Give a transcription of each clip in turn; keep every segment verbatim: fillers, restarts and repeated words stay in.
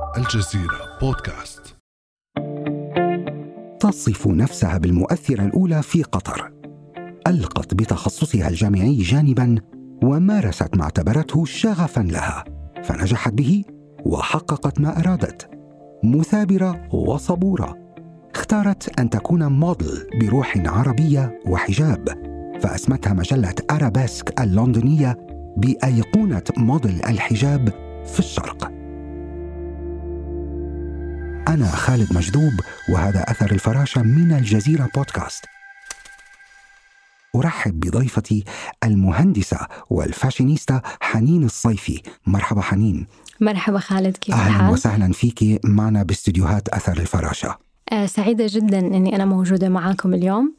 الجزيرة بودكاست. تصف نفسها بالمؤثرة الأولى في قطر. ألقت بتخصصها الجامعي جانباً ومارست ما اعتبرته شغفاً لها، فنجحت به وحققت ما أرادت. مثابرة وصبورة، اختارت أن تكون موديل بروح عربية وحجاب، فأسمتها مجلة أرابيسك اللندنية بأيقونة موديل الحجاب في الشرق. أنا خالد مجذوب، وهذا أثر الفراشة من الجزيرة بودكاست. أرحب بضيفتي المهندسة والفاشينيستا حنين الصيفي. مرحبا حنين. مرحبا خالد، كيف الحال؟ الحال؟ أهلا وسهلا فيك معنا باستديوهات أثر الفراشة. آه سعيدة جدا أني أنا موجودة معاكم اليوم،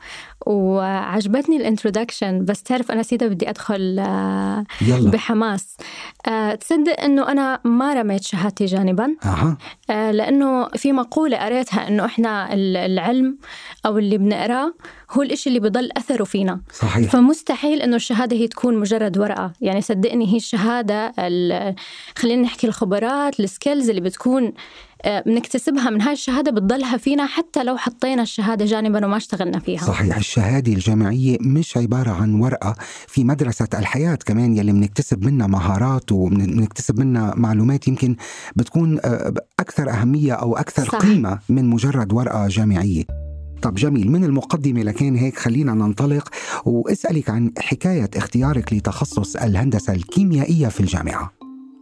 وعجبتني الانترودكشن، بس تعرف أنا سيدة بدي أدخل آه بحماس. آه تصدق أنه أنا ما رميت شهادتي جانبا. أه. آه لأنه في مقولة قريتها أنه إحنا العلم أو اللي بنقرأه هو الإشي اللي بيضل أثره فينا. صحيح. فمستحيل أنه الشهادة هي تكون مجرد ورقة، يعني صدقني هي الشهادة، خلينا نحكي الخبرات، السكيلز اللي بتكون بنكتسبها من هاي الشهادة بتضلها فينا حتى لو حطينا الشهادة جانبا وما اشتغلنا فيها. صحيح. الشهادة الجامعية مش عبارة عن ورقة، في مدرسة الحياة كمان يلي بنكتسب منها مهارات وبنكتسب منها معلومات يمكن بتكون أكثر أهمية أو أكثر صح. قيمة من مجرد ورقة جامعية. طب جميل، من المقدمة لكان هيك خلينا ننطلق وأسألك عن حكاية اختيارك لتخصص الهندسة الكيميائية في الجامعة.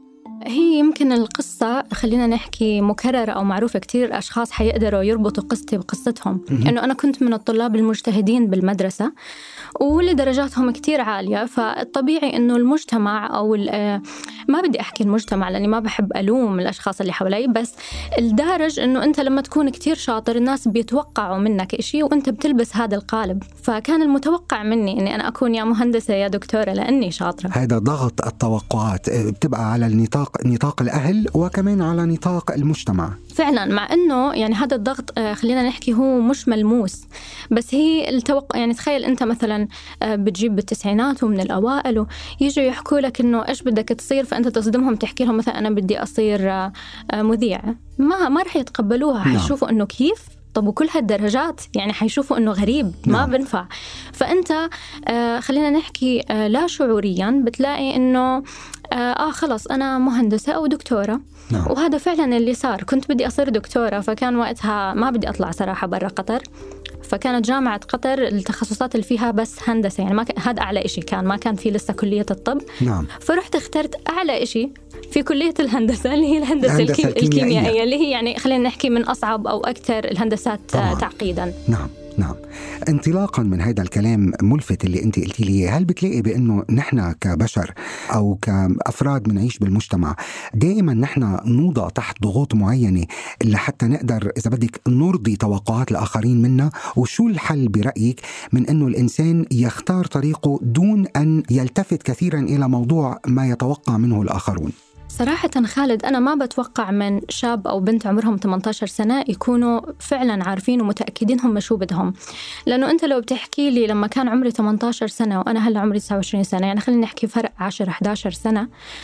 هي يمكن القصة خلينا نحكي مكررة أو معروفة، كتير أشخاص حيقدروا يربطوا قصتي بقصتهم. إنه أنا كنت من الطلاب المجتهدين بالمدرسة واللي درجاتهم كتير عالية، فالطبيعي إنه المجتمع أو ما بدي أحكي المجتمع لأني ما بحب ألوم الأشخاص اللي حوالي، بس الدارج إنه أنت لما تكون كتير شاطر الناس بيتوقعوا منك إشي وأنت بتلبس هذا القالب. فكان المتوقع مني إني أنا أكون يا مهندسة يا دكتورة لأني شاطرة. هذا ضغط التوقعات بتبقى على النطاق نطاق الأهل وكمان على نطاق المجتمع. فعلا، مع أنه يعني هذا الضغط خلينا نحكي هو مش ملموس، بس هي التوقع. يعني تخيل أنت مثلا بتجيب بالتسعينات ومن الأوائل ويجوا يحكوا لك إنه إيش بدك تصير، فأنت تصدمهم تحكي لهم مثلا أنا بدي أصير مذيع، ما ما رح يتقبلوها. حيشوفوا إنه كيف، طب وكل هالدرجات، يعني حيشوفوا إنه غريب ما نعم. بنفع. فأنت آه خلينا نحكي آه لا شعوريا بتلاقي إنه آه خلص أنا مهندسة أو دكتورة. نعم. وهذا فعلا اللي صار. كنت بدي أصير دكتورة، فكان وقتها ما بدي أطلع صراحة برا قطر، فكانت جامعة قطر التخصصات اللي فيها بس هندسة، يعني ما ك... هذا أعلى إشي كان، ما كان في لسه كلية الطب. نعم. فرحت اخترت أعلى إشي في كلية الهندسة اللي هي الهندسة, الهندسة الكيم... الكيميائية، اللي هي يعني خلينا نحكي من أصعب أو أكثر الهندسات طبعا. تعقيدا. نعم نعم. انطلاقا من هذا الكلام ملفت اللي انت قلتي لي، هل بتلاقي بأنه نحن كبشر أو كأفراد بنعيش بالمجتمع دائما نحن نوضع تحت ضغوط معينة لحتى نقدر إذا بدك نرضي توقعات الآخرين منا؟ وشو الحل برأيك من أنه الإنسان يختار طريقه دون أن يلتفت كثيرا إلى موضوع ما يتوقع منه الآخرون؟ صراحة خالد، أنا ما بتوقع من شاب أو بنت عمرهم ثمانية عشر سنة يكونوا فعلا عارفين ومتأكدين هم شو بدهم. لأنه أنت لو بتحكي لي لما كان عمري ثمانية عشر سنة وأنا هلأ عمري تسعة وعشرين سنة، يعني خلينا نحكي فرق عشرة إحدى عشر سنة،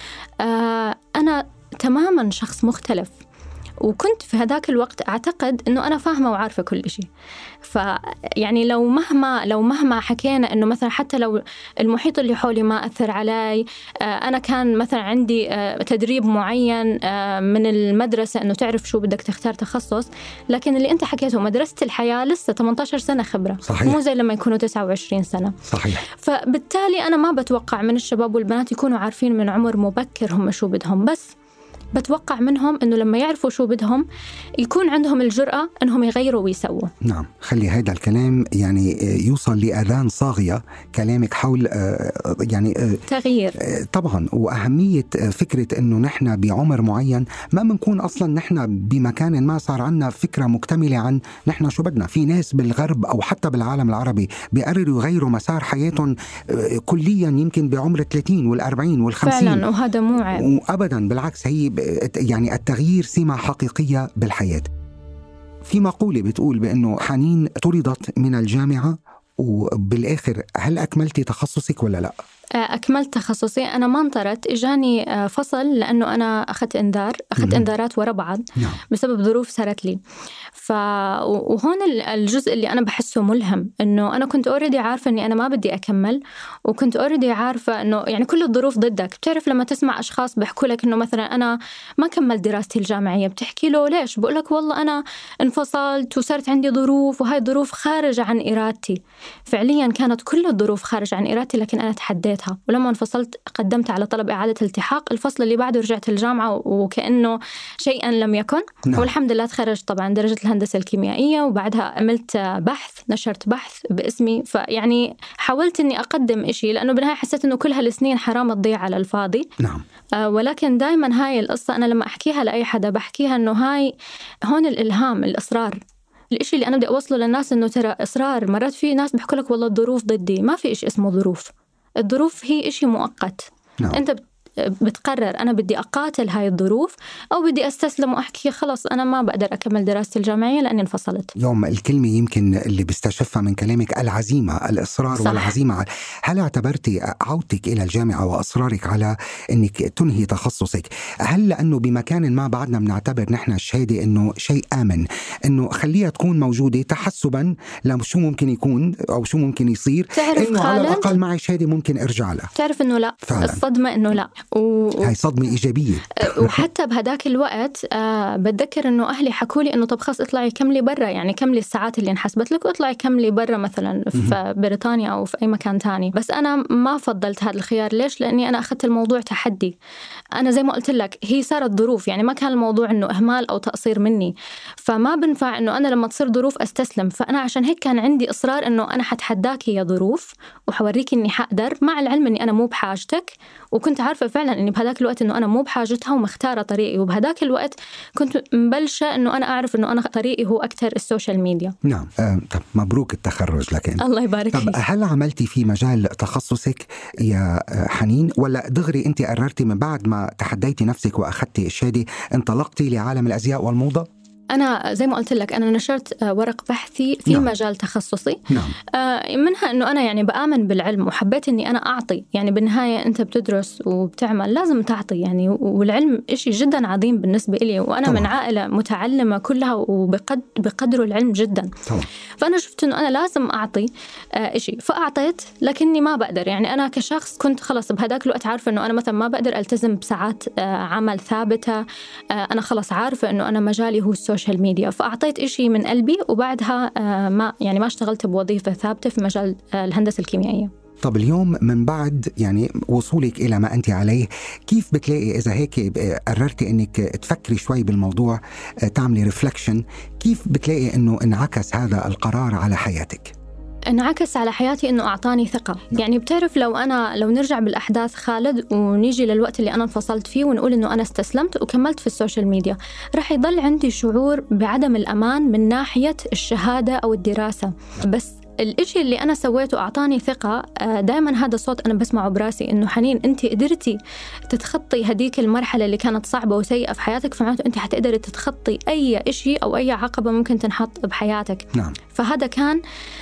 آه أنا تماما شخص مختلف. وكنت في هذاك الوقت أعتقد أنه أنا فاهمة وعارفة كل شيء. فيعني لو مهما لو مهما حكينا أنه مثلا حتى لو المحيط اللي حولي ما أثر علي، أنا كان مثلا عندي تدريب معين من المدرسة أنه تعرف شو بدك تختار تخصص، لكن اللي أنت حكيته مدرسة الحياة لسه ثمانية عشر سنة خبرة. صحيح. مو زي لما يكونوا تسعة وعشرين سنة. صحيح. فبالتالي أنا ما بتوقع من الشباب والبنات يكونوا عارفين من عمر مبكر هم شو بدهم، بس بتوقع منهم أنه لما يعرفوا شو بدهم يكون عندهم الجرأة أنهم يغيروا ويسووا. نعم. خلي هذا الكلام يعني يوصل لأذان صاغية، كلامك حول يعني تغيير طبعا، وأهمية فكرة أنه نحن بعمر معين ما بنكون أصلا نحن بمكان ما صار عنا فكرة مكتملة عن نحن شو بدنا. في ناس بالغرب أو حتى بالعالم العربي بيقرروا يغيروا مسار حياتهم كليا يمكن بعمر ثلاثين والأربعين والخمسين فعلا، وهذا مو عيب أبدا، بالعكس هي يعني التغيير سمة حقيقية بالحياة. في مقولة بتقول بأنه حنين طردت من الجامعة وبالآخر هل أكملتي تخصصك ولا لا؟ أكملت تخصصي. أنا ما انطرت، إجاني فصل لأنه أنا أخذت إنذار أخذت إنذارات ورا بعض بسبب ظروف صارت لي. ف وهون الجزء اللي أنا بحسه ملهم، إنه أنا كنت أوريدي عارفة إني أنا ما بدي أكمل، وكنت أوريدي عارفة إنه يعني كل الظروف ضدك. بتعرف لما تسمع أشخاص بيحكوا لك إنه مثلا أنا ما كملت دراستي الجامعية، بتحكي له ليش؟ بقول لك والله أنا انفصلت وصارت عندي ظروف، وهاي الظروف خارجة عن إرادتي. فعليا كانت كل الظروف خارجة عن إرادتي، لكن أنا تحديتها. ولما انفصلت قدمت على طلب إعادة التحاق، الفصل اللي بعده رجعت الجامعة وكأنه شيئا لم يكن. نعم. والحمد لله تخرجت طبعا درجة الهندسة الكيميائية، وبعدها عملت بحث، نشرت بحث باسمي. فيعني حاولت إني أقدم إشي، لأنه بالنهاية حسيت إنه كل هالسنين حرام تضيع على الفاضي. نعم. آه ولكن دايما هاي القصة أنا لما أحكيها لأي حدا بحكيها إنه هاي هون الإلهام، الإصرار. الإشي اللي أنا بدي أوصله للناس إنه ترى إصرار. مرات في ناس بيحكوا لك والله الظروف ضدي، ما في إشي اسمه ظروف. الظروف هي إشي مؤقت. نعم. أنت بتقرر أنا بدي أقاتل هاي الظروف أو بدي أستسلم وأحكي خلص أنا ما بقدر أكمل دراستي الجامعية لأني انفصلت. يوم الكلمة يمكن اللي بستشفها من كلامك العزيمة، الإصرار. صح. والعزيمة. هل اعتبرتي عودتك إلى الجامعة وإصرارك على أنك تنهي تخصصك، هل لأنه بمكان ما بعدنا بنعتبر نحن الشهادة أنه شيء آمن، أنه خليها تكون موجودة تحسبا لشو ممكن يكون أو شو ممكن يصير، أنه على الأقل معي شهادة ممكن أرجع لها؟ تعرف أنه لا. فعلا. الصدمة أنه لا. و... هاي صدمة إيجابية. وحتى بهداك الوقت آه بتذكر إنه أهلي حكوا لي إنه طب خلاص اطلعي كملي برا، يعني كملي الساعات اللي انحسبت لك واطلعي كملي برا مثلا في بريطانيا أو في أي مكان تاني. بس أنا ما فضلت هذا الخيار. ليش؟ لأني أنا أخذت الموضوع تحدي. أنا زي ما قلت لك هي صارت ظروف، يعني ما كان الموضوع إنه إهمال أو تقصير مني. فما بنفع إنه أنا لما تصير ظروف أستسلم. فأنا عشان هيك كان عندي إصرار إنه أنا حتحداكي يا ظروف وحوريكي إني حقدر، مع العلم إني أنا مو بحاجتك. وكنت عارفة فعلا إني بهداك الوقت إنه أنا مو بحاجتها ومختارة طريقي. وبهداك الوقت كنت مبلشة إنه أنا أعرف إنه أنا طريقي هو أكتر السوشيال ميديا. نعم. آه، طب مبروك التخرج لك. الله يبارك طب فيك. هل عملتي في مجال تخصصك يا حنين، ولا دغري أنت قررتي من بعد ما تحديتي نفسك وأخذتي الشهادة انطلقتي لعالم الأزياء والموضة؟ أنا زي ما قلت لك أنا نشرت ورق بحثي في نعم. مجال تخصصي. نعم. منها أنه أنا يعني بآمن بالعلم وحبيت أني أنا أعطي. يعني بالنهاية أنت بتدرس وبتعمل لازم تعطي يعني، والعلم إشي جدا عظيم بالنسبة إلي، وأنا طبعا. من عائلة متعلمة كلها وبقدروا العلم جدا. طبعا. فأنا شفت أنه أنا لازم أعطي إشي فأعطيت، لكني ما بقدر. يعني أنا كشخص كنت خلص بهداك الوقت عارفة أنه أنا مثلا ما بقدر ألتزم بساعات عمل ثابتة. أنا خلص عارفة أنه أنا مجالي هو السوشيال ميديا، فأعطيت إشي من قلبي. وبعدها ما يعني ما اشتغلت بوظيفة ثابتة في مجال الهندسة الكيميائية. طب اليوم من بعد يعني وصولك إلى ما أنت عليه، كيف بتلاقي إذا هيك قررتي أنك تفكري شوي بالموضوع، تعملي ريفلكشن، كيف بتلاقي أنه انعكس هذا القرار على حياتك؟ انعكس على حياتي إنه أعطاني ثقة. يعني بتعرف لو أنا لو نرجع بالأحداث خالد ونيجي للوقت اللي أنا انفصلت فيه ونقول إنه أنا استسلمت وكملت في السوشيال ميديا، رح يضل عندي شعور بعدم الأمان من ناحية الشهادة أو الدراسة. بس الإشي اللي أنا سويته أعطاني ثقة. دائما هذا صوت أنا بسمعه براسي إنه حنين أنت قدرتي تتخطي هديك المرحلة اللي كانت صعبة وسيئة في حياتك، فمعناته أنت حتقدري تتخطي أي إشي أو أي عقبة ممكن تنحط بحياتك. نعم. فهذا كان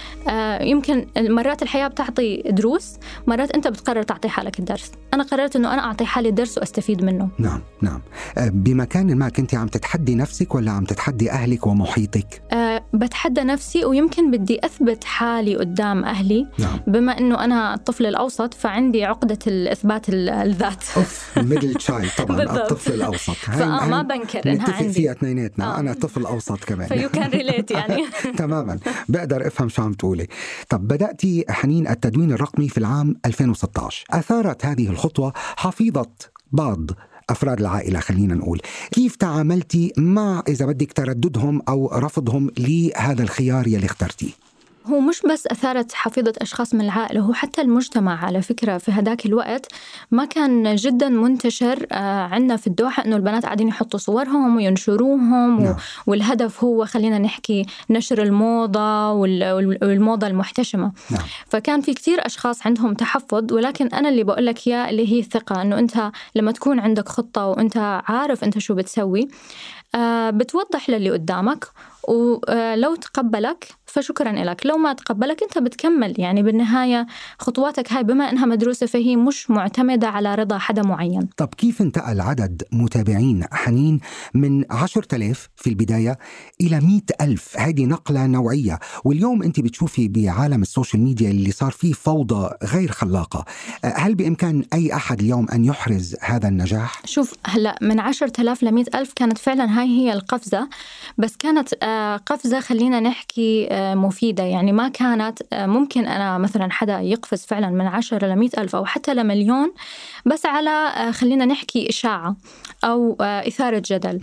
آه يمكن مرات الحياة بتعطي دروس، مرات أنت بتقرر تعطي حالك الدرس. أنا قررت أنه أنا أعطي حالي الدرس وأستفيد منه. نعم نعم. آه بمكان ما كنت عم تتحدي نفسك ولا عم تتحدي أهلك ومحيطك؟ آه بتحدى نفسي، ويمكن بدي أثبت حالي قدام أهلي. نعم. بما أنه أنا الطفل الأوسط فعندي عقدة الإثبات الذات. أوف الميدل تشايلد طبعا. الطفل الأوسط فما بنكر إنها عندي. فيها اثنيناتنا. آه. أنا طفل أوسط كمان. فيو كان ريليت يعني. تماما بقدر أفهم شو عم تقول. طب بدأتي حنين التدوين الرقمي في العام ألفين وستة عشر. أثارت هذه الخطوة حفيظة بعض أفراد العائلة، خلينا نقول. كيف تعاملتي مع إذا بدك ترددهم أو رفضهم لهذا الخيار يلي اخترتيه؟ هو مش بس أثارت حفيظة أشخاص من العائلة، هو حتى المجتمع على فكرة. في هداك الوقت ما كان جدا منتشر عندنا في الدوحة أنه البنات قاعدين يحطوا صورهم وينشروهم. نعم. والهدف هو خلينا نحكي نشر الموضة والموضة المحتشمة. نعم. فكان في كتير أشخاص عندهم تحفظ، ولكن أنا اللي بقول لك يا اللي هي الثقة، أنه أنت لما تكون عندك خطة وأنت عارف أنت شو بتسوي، بتوضح للي قدامك ولو تقبلك فشكرا لك، لو ما تقبلك أنت بتكمل. يعني بالنهاية خطواتك هاي بما أنها مدروسة فهي مش معتمدة على رضا حدا معين. طب كيف انتقل عدد متابعين حنين من عشرة آلاف في البداية إلى مئة ألف؟ هذه نقلة نوعية، واليوم أنت بتشوفي بعالم السوشيال ميديا اللي صار فيه فوضى غير خلاقة. هل بإمكان أي أحد اليوم أن يحرز هذا النجاح؟ شوف هلأ من عشرة آلاف لمئة ألف كانت فعلا هاي هي القفزة، بس كانت قفزة خلينا نحكي مفيدة. يعني ما كانت ممكن أنا مثلا حدا يقفز فعلا من عشرة لمئة ألف أو حتى لمليون بس على خلينا نحكي إشاعة أو إثارة جدل.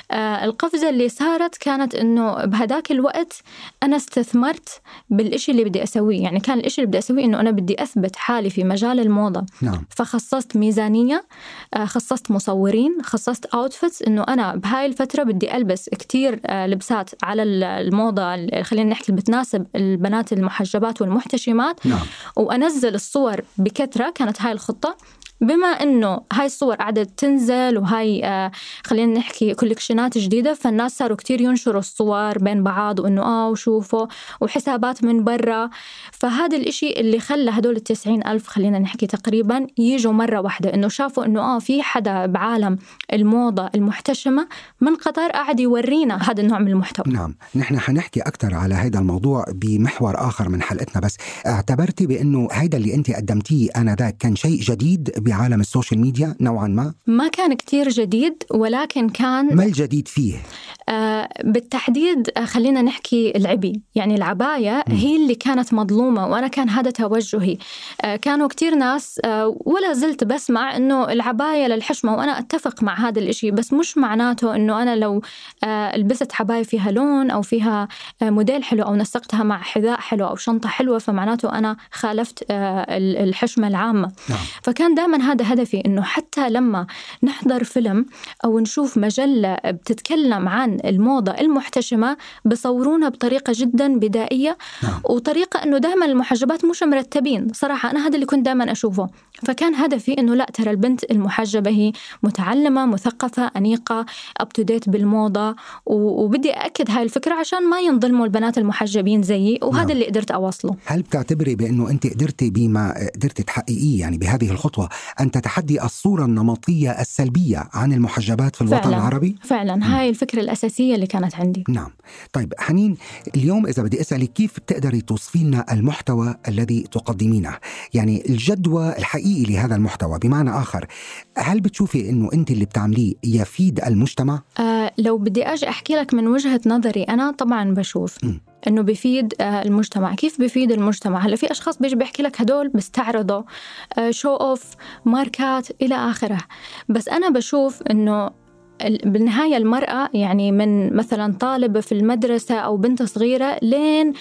القفزة اللي صارت كانت إنه بهداك الوقت أنا استثمرت بالإشي اللي بدي أسويه. يعني كان الإشي اللي بدي أسويه إنه أنا بدي أثبت حالي في مجال الموضة. نعم. فخصصت ميزانية، خصصت مصورين، خصصت أوتفيتس، إنه أنا بهاي الفترة بدي ألبس كتير لبسات على الموضة خلينا نحكي بتناسب البنات المحجبات والمحتشمات. نعم. وأنزل الصور بكثرة. كانت هاي الخطة. بما إنه هاي الصور قعدت تنزل وهاي آه خلينا نحكي كولكشنات جديدة، فالناس صاروا كتير ينشروا الصور بين بعض وإنه آه وشوفوا وحسابات من برا. فهذا الإشي اللي خلى هدول التسعين ألف خلينا نحكي تقريبا يجوا مرة واحدة، إنه شافوا إنه آه في حدا بعالم الموضة المحتشمة من قطر قاعد يورينا هذا النوع من المحتوى. نعم. نحن حنحكي أكتر على هذا الموضوع بمحور آخر من حلقتنا، بس اعتبرتي بأنه هذا اللي أنت قدمتيه آنذاك كان شيء جديد بعالم السوشيال ميديا نوعا ما؟ ما كان كتير جديد، ولكن كان ما الجديد فيه؟ آه بالتحديد آه خلينا نحكي العبي. يعني العباية م. هي اللي كانت مظلومة، وأنا كان هذا توجهي. آه كانوا كتير ناس آه ولا زلت بسمع إنه العباية للحشمة، وأنا أتفق مع هذا الإشي، بس مش معناته إنه أنا لو آه لبست عباية فيها لون أو فيها آه موديل حلو أو نسقتها مع حذاء حلو أو شنطة حلوة فمعناته أنا خالفت آه الحشمة العامة. نعم. فكان دائما هذا هدفي، إنه حتى لما نحضر فيلم أو نشوف مجلة بتتكلم عن الموضة المحتشمة بصورونا بطريقة جدا بدائية. نعم. وطريقة إنه دائما المحجبات مش مرتبين. صراحة أنا هذا اللي كنت دائما أشوفه. فكان هدفي إنه لا، ترى البنت المحجبة هي متعلمة مثقفة أنيقة up to date بالموضة، وبدي أأكد هاي الفكرة عشان ما ينظلموا البنات المحجبين زيي. وهذا نعم. اللي قدرت أوصله. هل بتعتبري بأنه أنت قدرتي بما قدرت تحققيه يعني بهذه الخطوة أن تتحدي الصورة النمطية السلبية عن المحجبات في الوطن فعلا. العربي؟ فعلا م. هاي الفكرة الأساسية اللي كانت عندي. نعم. طيب حنين، اليوم إذا بدي أسألك كيف بتقدري توصفي لنا المحتوى الذي تقدمينه، يعني الجدوى الحقيقي لهذا المحتوى؟ بمعنى آخر، هل بتشوفي أنه أنت اللي بتعمليه يفيد المجتمع؟ آه لو بدي أجي أحكي لك من وجهة نظري أنا، طبعا بشوف م. إنه بيفيد المجتمع. كيف بيفيد المجتمع؟ هلا في أشخاص بيجي بيحكي لك هدول بيستعرضوا شو أوف ماركات إلى آخره، بس أنا بشوف إنه بالنهاية المرأة يعني من مثلا طالبة في المدرسة أو بنت صغيرة لين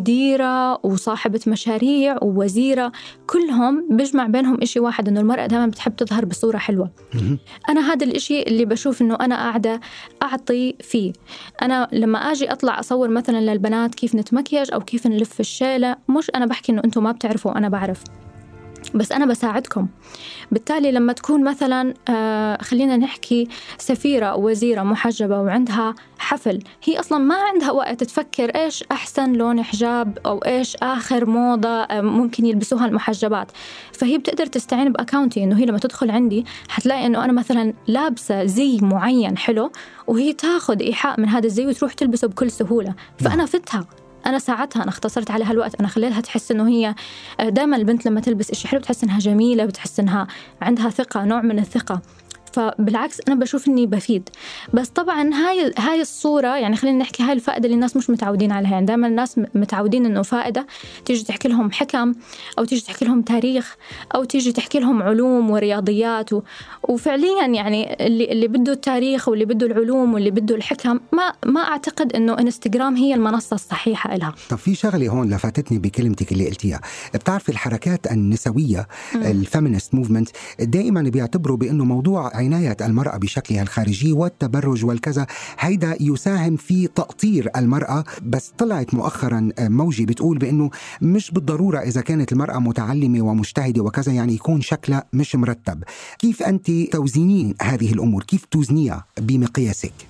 مديرة وصاحبة مشاريع ووزيرة، كلهم بيجمع بينهم إشي واحد، إنه المرأة دائما بتحب تظهر بصورة حلوة. أنا هذا الإشي اللي بشوف إنه أنا قاعدة أعطي فيه. أنا لما أجي أطلع أصور مثلا للبنات كيف نتمكيج أو كيف نلف الشيلة، مش أنا بحكي إنه أنتم ما بتعرفوا، أنا بعرف، بس أنا بساعدكم. بالتالي لما تكون مثلا آه خلينا نحكي سفيرة أو وزيرة محجبة وعندها حفل، هي أصلا ما عندها وقت تفكر إيش أحسن لون حجاب أو إيش آخر موضة آه ممكن يلبسوها المحجبات، فهي بتقدر تستعين بأكاونتي. إنه هي لما تدخل عندي حتلاقي إنه أنا مثلا لابسة زي معين حلو، وهي تاخد إيحاء من هذا الزي وتروح تلبسه بكل سهولة، فأنا فتها، أنا ساعتها، أنا اختصرت عليها الوقت، أنا خليتها تحس إنه هي دائما البنت لما تلبس إشي حلو بتحس إنها جميلة، بتحس إنها عندها ثقة، نوع من الثقة. فبالعكس أنا بشوف إني بفيد. بس طبعا هاي هاي الصورة يعني خلينا نحكي هاي الفائدة اللي الناس مش متعودين عليها. يعني دائما الناس متعودين إنه فائدة تيجي تحكي لهم حكم أو تيجي تحكي لهم تاريخ أو تيجي تحكي لهم علوم ورياضيات و... وفعليا يعني اللي اللي بده التاريخ واللي بده العلوم واللي بده الحكم، ما ما أعتقد إنه إنستغرام هي المنصة الصحيحة لها. طب في شغلة هون لفتتني بكلمتك اللي قلتيها، بتعرفي الحركات النسوية الفيمينست موفمنت دائما بيعتبروا بأنه موضوع عناية المرأة بشكلها الخارجي والتبرج والكذا هيدا يساهم في تأطير المرأة، بس طلعت مؤخرا موجة بتقول بأنه مش بالضرورة إذا كانت المرأة متعلمة ومجتهدة وكذا يعني يكون شكلها مش مرتب. كيف أنت توزنين هذه الأمور؟ كيف توزنيها بمقياسك؟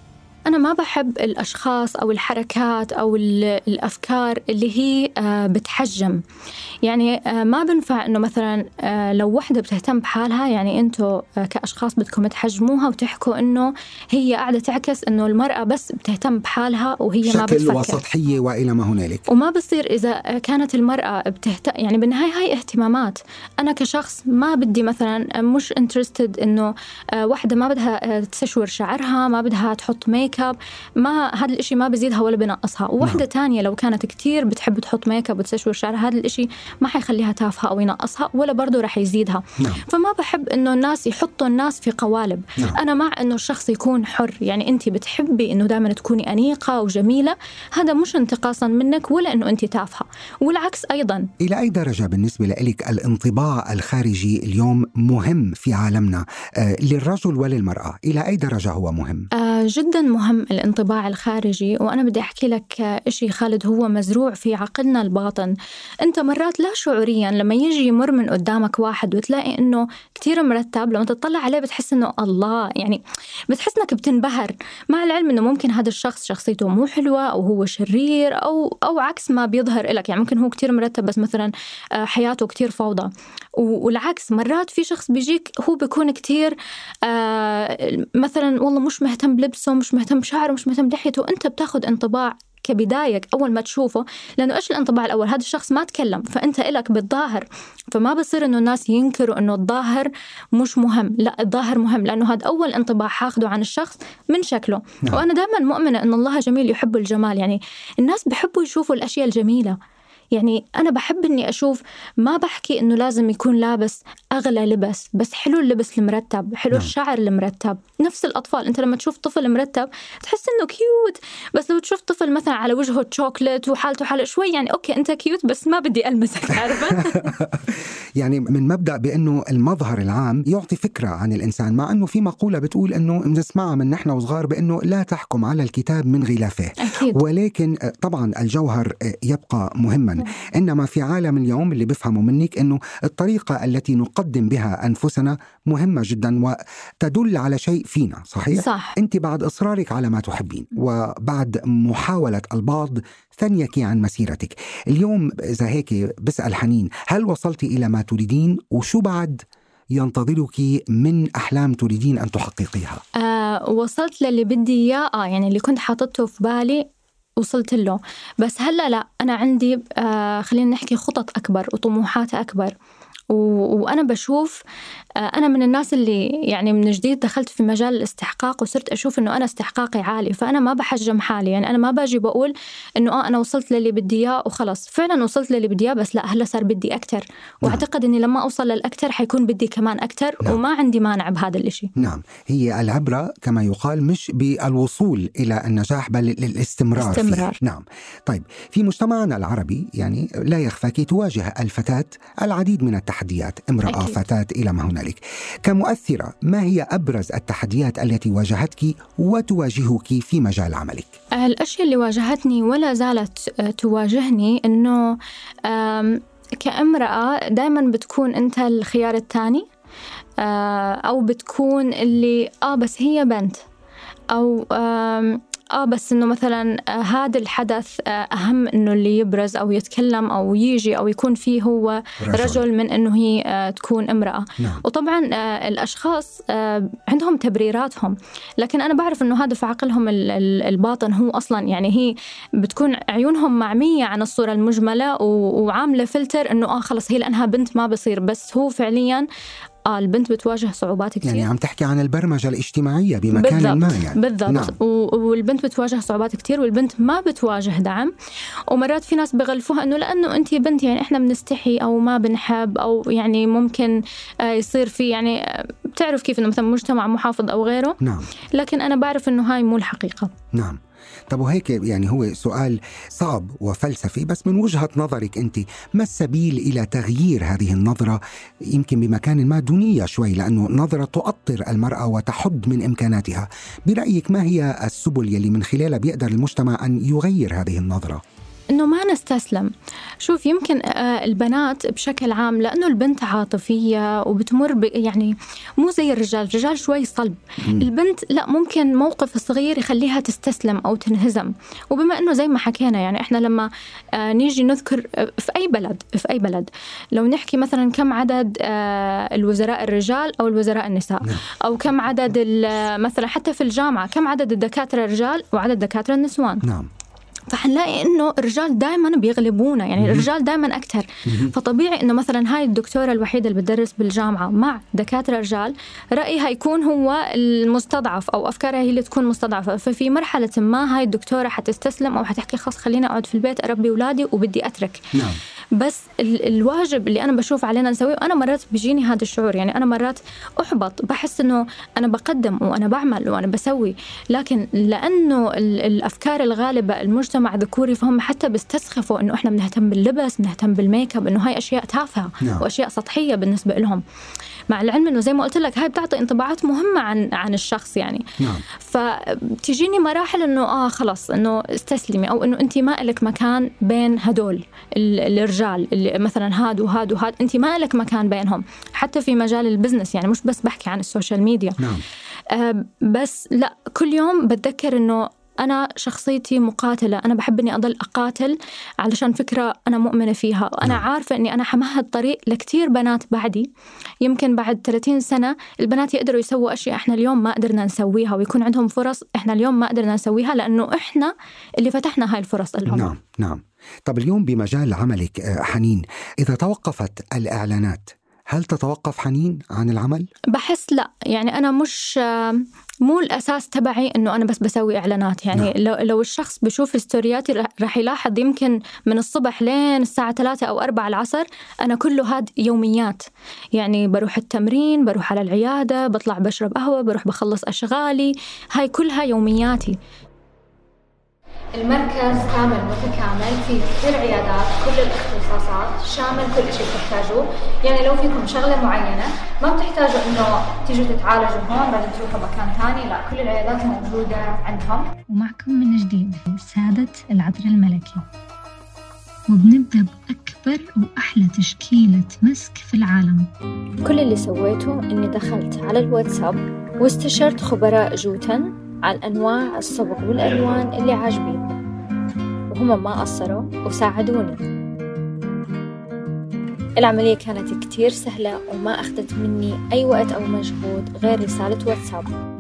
أنا ما بحب الأشخاص أو الحركات أو الأفكار اللي هي بتحجم. يعني ما بنفع إنه مثلا لو وحدة بتهتم بحالها، يعني أنتوا كأشخاص بدكم تحجموها وتحكوا إنه هي قاعدة تعكس إنه المرأة بس بتهتم بحالها وهي ما بتفكر، شكل وسطحية وإلى ما هنالك. وما بصير إذا كانت المرأة بتهتم، يعني بالنهاية هاي اهتمامات. أنا كشخص ما بدي مثلا مش انترستد إنه واحدة ما بدها تسشور شعرها، ما بدها تحط ميك اب، ما هذا الإشي ما بزيدها ولا بنقصها. وواحدة نعم. تانية لو كانت كتير بتحب تحط ميك اب وتسشور شعرها، هذا الإشي ما حيخليها تافهة أو ينقصها ولا برضو رح يزيدها. نعم. فما بحب إنه الناس يحطوا الناس في قوالب. نعم. أنا مع إنه الشخص يكون حر، يعني أنت بتحبي إنه دائما تكوني أنيقة وجميلة، هذا مش انتقاصا منك ولا إنه أنت تافهة، والعكس أيضا. إلى أي درجة بالنسبة لك الانطباع الخارجي اليوم مهم في عالمنا آه للرجل وللمرأة؟ إلى أي درجة هو مهم؟ آه جدا مهم الانطباع الخارجي. وأنا بدي أحكي لك إشي خالد، هو مزروع في عقلنا الباطن. أنت مرات لا شعوريا لما يجي يمر من قدامك واحد وتلاقي إنه كتير مرتب، لما تطلع عليه بتحس إنه الله، يعني بتحس إنك بتنبهر، مع العلم إنه ممكن هذا الشخص شخصيته مو حلوة أو هو شرير أو أو عكس ما بيظهر لك. يعني ممكن هو كتير مرتب بس مثلا حياته كتير فوضى. والعكس مرات في شخص بيجيك هو بيكون كتير آه مثلا والله مش مهتم بلبسه، مش مهتم بشعره، مش مهتم بلحيته، أنت بتاخد انطباع كبداية أول ما تشوفه، لأنه إيش الانطباع الأول؟ هذا الشخص ما تكلم، فأنت إلك بالظاهر. فما بصير إنه الناس ينكروا إنه الظاهر مش مهم، لا الظاهر مهم، لأنه هذا أول انطباع حاخده عن الشخص من شكله. نعم. وأنا دائما مؤمنة إن الله جميل يحب الجمال. يعني الناس بيحبوا يشوفوا الأشياء الجميلة. يعني أنا بحب إني أشوف، ما بحكي إنه لازم يكون لابس أغلى لبس، بس حلو اللبس المرتب، حلو نعم. الشعر المرتب. نفس الأطفال، أنت لما تشوف طفل مرتب تحس إنه كيوت، بس لو تشوف طفل مثلا على وجهه شوكولات وحالته حالة شوي، يعني أوكي أنت كيوت بس ما بدي ألمسك، عارفة؟ يعني من مبدأ بأنه المظهر العام يعطي فكرة عن الإنسان، مع أنه في مقولة بتقول أنه بنسمعها من نحن وصغار بأنه لا تحكم على الكتاب من غلافه. أكيد. ولكن طبعا الجوهر يبقى مهما. إنما في عالم اليوم اللي بفهمه منك أنه الطريقة التي نقدم بها أنفسنا مهمة جدا وتدل على شيء فينا. صحيح؟ صح. أنت بعد إصرارك على ما تحبين وبعد محاولة البعض ثانيك عن مسيرتك اليوم، إذا هيك بسأل حنين، هل وصلتي إلى ما تريدين؟ وشو بعد ينتظرك من أحلام تريدين أن تحققيها؟ آه وصلت للي بدي إياه، آه يعني اللي كنت حاطته في بالي وصلت له. بس هلأ لا، أنا عندي آه خلينا نحكي خطط أكبر وطموحات أكبر. وأنا بشوف أنا من الناس اللي يعني من جديد دخلت في مجال الاستحقاق، وصرت أشوف إنه أنا استحقاقي عالي، فأنا ما بحجم حالي. يعني أنا ما باجي بقول إنه آه أنا وصلت للي بدي إياه وخلاص. فعلا وصلت للي بدي إياه، بس لا، هلا صار بدي أكتر. وأعتقد إني لما أوصل للأكتر حيكون بدي كمان أكتر. نعم. وما عندي مانع بهذا الإشي. نعم، هي العبرة كما يقال مش بالوصول إلى النجاح بل الاستمرار استمرار. فيه. نعم. طيب، في مجتمعنا العربي يعني لا يخفى تواجه الفتاة العديد من التحديات، امرأة أكيد. فتاة إلى ما هنالك. كمؤثرة، ما هي أبرز التحديات التي واجهتك وتواجهك في مجال عملك؟ الأشياء اللي واجهتني ولا زالت تواجهني إنه كامرأة دائما بتكون أنت الخيار الثاني، أو بتكون اللي آه بس هي بنت، أو آه بس إنه مثلا آه هذا الحدث آه أهم إنه اللي يبرز أو يتكلم أو يجي أو يكون فيه هو رجل, رجل من إنه هي آه تكون امرأة. نعم. وطبعا آه الأشخاص آه عندهم تبريراتهم، لكن أنا بعرف إنه هذا في عقلهم الباطن هو أصلا، يعني هي بتكون عيونهم معمية عن الصورة المجملة وعاملة فلتر إنه آه خلص هي لأنها بنت ما بصير. بس هو فعليا آه البنت بتواجه صعوبات كتير. يعني عم تحكي عن البرمجة الاجتماعية بمكان بالضبط. ما يعني. بالضبط. نعم. والبنت بتواجه صعوبات كتير، والبنت ما بتواجه دعم. ومرات في ناس بغلفوها إنه لأنه أنتي بنت يعني إحنا بنستحي أو ما بنحب، أو يعني ممكن آه يصير في يعني آه بتعرف كيف إنه مثلا مجتمع محافظ أو غيره. نعم. لكن أنا بعرف إنه هاي مو الحقيقة. نعم. طب وهيك يعني هو سؤال صعب وفلسفي، بس من وجهة نظرك أنت ما السبيل إلى تغيير هذه النظرة، يمكن بمكان ما دونية شوي، لأنه نظرة تؤطر المرأة وتحد من إمكاناتها؟ برأيك ما هي السبل يلي من خلالها بيقدر المجتمع أن يغير هذه النظرة؟ إنه ما نستسلم. شوف يمكن البنات بشكل عام لأنه البنت عاطفية وبتمر ب يعني مو زي الرجال، الرجال شوي صلب. البنت لا، ممكن موقف صغير يخليها تستسلم أو تنهزم. وبما إنه زي ما حكينا يعني إحنا لما نيجي نذكر في أي بلد في أي بلد لو نحكي مثلا كم عدد الوزراء الرجال أو الوزراء النساء، أو كم عدد مثلا حتى في الجامعة كم عدد الدكاترة الرجال وعدد الدكاترة النسوان، نعم، فحنلاقي إنه الرجال دائما بيغلبونا، يعني الرجال دائما أكثر. فطبيعي إنه مثلا هاي الدكتورة الوحيدة اللي بتدرس بالجامعة مع دكاترة رجال رأيها يكون هو المستضعف أو أفكارها هي اللي تكون مستضعفة. ففي مرحلة ما هاي الدكتورة حتستسلم أو حتحكي خلاص خليني أقعد في البيت أربي أولادي وبدي أترك. نعم. بس ال- الواجب اللي أنا بشوف علينا نسويه، أنا مرات بيجيني هذا الشعور، يعني أنا مرات أحبط، بحس إنه أنا بقدم وأنا بعمل وأنا بسوي، لكن لأنه ال- الأفكار الغالبة المجتمع ذكوري فهم حتى بيستسخفوا إنه إحنا بنهتم باللبس، بنهتم بالميك اب، إنه هاي أشياء تافهة نعم. وأشياء سطحية بالنسبة لهم، مع العلم إنه زي ما قلت لك هاي بتعطي انطباعات مهمة عن عن الشخص يعني. نعم. فتجيني مراحل إنه آه خلاص إنه استسلمي، أو إنه أنت ما لك مكان بين هدول الرجال اللي مثلا هاد وهاد وهاد، أنت ما لك مكان بينهم. حتى في مجال البزنس يعني مش بس بحكي عن السوشيال ميديا. نعم. آه بس لا، كل يوم بتذكر إنه أنا شخصيتي مقاتلة، أنا بحب إني أضل أقاتل علشان فكرة أنا مؤمنة فيها، وأنا نعم. عارفة إني أنا حمهد طريق لكتير بنات بعدي. يمكن بعد ثلاثين سنة البنات يقدروا يسووا أشياء إحنا اليوم ما قدرنا نسويها، ويكون عندهم فرص إحنا اليوم ما قدرنا نسويها لأنه إحنا اللي فتحنا هاي الفرص لهم. نعم نعم. طب اليوم بمجال عملك حنين، إذا توقفت الإعلانات هل تتوقف حنين عن العمل؟ بحس لا، يعني أنا مش مو الأساس تبعي إنه أنا بس بسوي إعلانات. يعني نعم. لو لو الشخص بشوف ستورياتي رح يلاحظ يمكن من الصبح لين الساعة ثلاثة أو أربعة العصر أنا كله هاد يوميات. يعني بروح التمرين، بروح على العيادة، بطلع بشرب قهوة، بروح بخلص أشغالي، هاي كلها يومياتي. المركز كامل متكامل فيه كل عيادات، كل الاختصاصات، شامل كل شيء تحتاجوه. يعني لو فيكم شغلة معينة ما بتحتاجوا إنه تيجوا تتعالجوا هون بعدين تروحوا مكان ثاني، لا، كل العيادات موجودة عندهم. ومعكم من جديد سادة العطر الملكي، وبنبدأ بأكبر وأحلى تشكيلة مسك في العالم. كل اللي سويته إني دخلت على الواتساب واستشرت خبراء جوتن عن أنواع الصبغ والألوان اللي عاجبين، وهم ما قصروا وساعدوني. العملية كانت كتير سهلة وما أخذت مني أي وقت أو مجهود غير رسالة واتساب.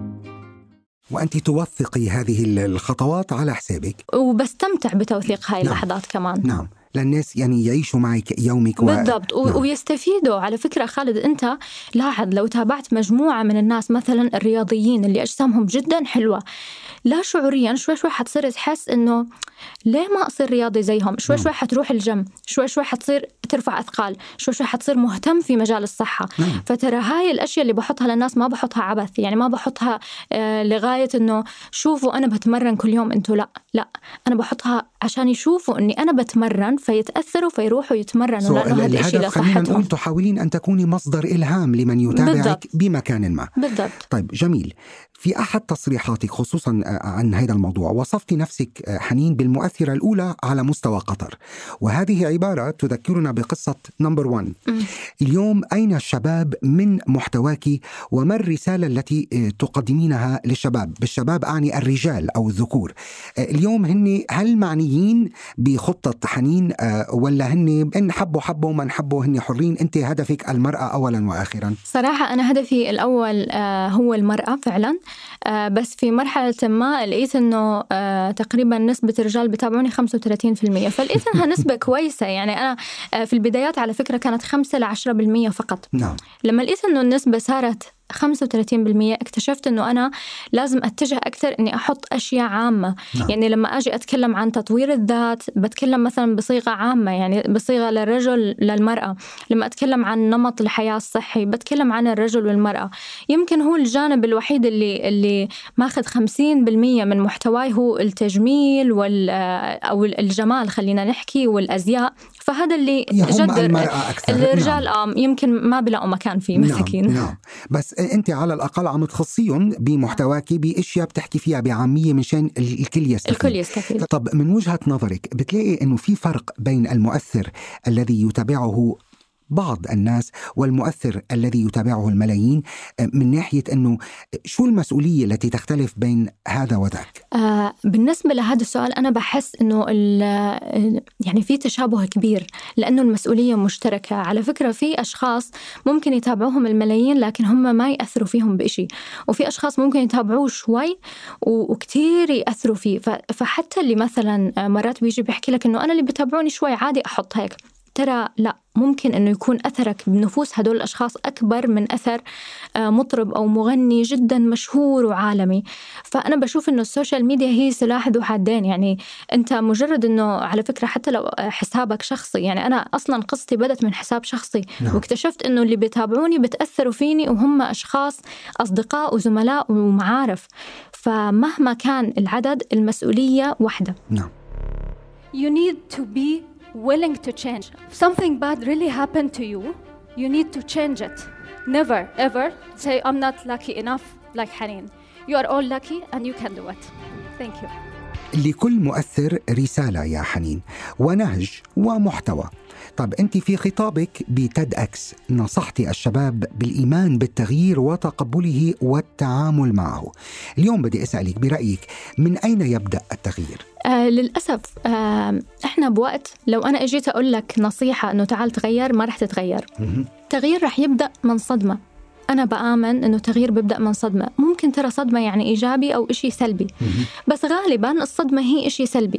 وأنت توثقي هذه الخطوات على حسابك، وبستمتع بتوثيق هاي نعم. اللحظات كمان. نعم، للناس يعني يعيشوا معك يومك و... بالضبط و... نعم. ويستفيدوا. على فكرة خالد، أنت لاحظ لو تابعت مجموعة من الناس مثلا الرياضيين اللي أجسامهم جدا حلوة، لا شعوريا شوي شوي حتصير تحس إنه ليه ما أصير رياضي زيهم، شوي شوي حتروح الجيم، شوي شوي حتصير ترفع أثقال، شوي شوي حتصير مهتم في مجال الصحة. نعم. فترى هاي الأشياء اللي بحطها للناس ما بحطها عبث، يعني ما بحطها آه لغاية إنه شوفوا أنا بتمرن كل يوم أنتوا، لا لا، أنا بحطها عشان يشوفوا إني أنا بتمرن فيتأثروا فيروحوا يتمرنوا، لأنه هذا الشيء الهدف خلينا نقول لصحتهم. تحاولين أن تكوني مصدر إلهام لمن يتابعك بالضبط. بمكان ما. بالضبط. طيب جميل. في أحد تصريحاتك خصوصا عن هذا الموضوع وصفتي نفسك حنين بالمؤثرة الأولى على مستوى قطر، وهذه عبارة تذكرنا بقصة نمبر وان. اليوم أين الشباب من محتواك، وما الرسالة التي تقدمينها للشباب؟ بالشباب أعني الرجال أو الذكور. اليوم هن هل معنيين بخطة حنين، ولا هن إن حبوا حبوا من حبوا هن حرين؟ أنت هدفك المرأة أولا وآخرا. صراحة أنا هدفي الأول هو المرأة فعلا، بس في مرحلة ما لقيت إنه تقريبا نسبة الرجال بتابعوني خمسة وثلاثين بالمية، فلقيت إنها نسبة كويسة. يعني أنا في البدايات على فكرة كانت خمسة لعشرة بالمية فقط. نعم. لما لقيت إنه النسبة صارت خمسة وثلاثين بالمية اكتشفت إنه أنا لازم أتجه أكثر إني أحط أشياء عامة. نعم. يعني لما أجي أتكلم عن تطوير الذات بتكلم مثلا بصيغة عامة، يعني بصيغة للرجل للمرأة. لما أتكلم عن نمط الحياة الصحي بتكلم عن الرجل والمرأة. يمكن هو الجانب الوحيد اللي اللي ماخذ خمسين بالمية من محتواي هو التجميل وال أو الجمال خلينا نحكي والأزياء، فهذا اللي جدر المرأة أكثر. الرجال نعم. آه يمكن ما بلاقوا مكان فيه مساكين. نعم. نعم. بس بس أنت على الأقل عم تخصيهم بمحتواك بأشياء بتحكي فيها بعامية مشان الكل يستفيد. الكل يستفيد. طب من وجهة نظرك بتلاقي أنه في فرق بين المؤثر الذي يتابعه بعض الناس والمؤثر الذي يتابعه الملايين، من ناحية أنه شو المسؤولية التي تختلف بين هذا وذاك؟ آه بالنسبة لهذا السؤال أنا بحس أنه يعني في تشابه كبير، لأنه المسؤولية مشتركة. على فكرة في أشخاص ممكن يتابعوهم الملايين لكن هم ما يأثروا فيهم بإشي، وفي أشخاص ممكن يتابعوه شوي وكتير يأثروا فيه. فحتى اللي مثلا مرات بيجي بيحكي لك أنه أنا اللي بتابعوني شوي عادي أحط هيك، ترى لا، ممكن أنه يكون أثرك بنفوس هدول الأشخاص أكبر من أثر مطرب أو مغني جدا مشهور وعالمي. فأنا بشوف أنه السوشيال ميديا هي سلاح ذو حدين. يعني أنت مجرد أنه على فكرة حتى لو حسابك شخصي، يعني أنا أصلا قصتي بدت من حساب شخصي نعم. واكتشفت أنه اللي بيتابعوني بتأثروا فيني وهم أشخاص أصدقاء وزملاء ومعارف. فمهما كان العدد المسؤولية واحدة. نعم. You need to be willing to change. If something bad really happened to you, you need to change it. Never ever say I'm not lucky enough like Hanin. You are all lucky and you can do it. Thank you. لكل مؤثر رسالة يا حنين، ونهج ومحتوى. طب أنت في خطابك بتيد إكس نصحتي الشباب بالإيمان بالتغيير وتقبله والتعامل معه. اليوم بدي أسألك برأيك من أين يبدأ التغيير؟ آه للأسف آه إحنا بوقت لو أنا أجيت أقول لك نصيحة أنه تعال تغير ما رح تتغير. التغيير رح يبدأ من صدمة. أنا بآمن أنه التغيير بيبدأ من صدمة. ممكن ترى صدمة يعني إيجابي أو إشي سلبي، بس غالباً الصدمة هي إشي سلبي.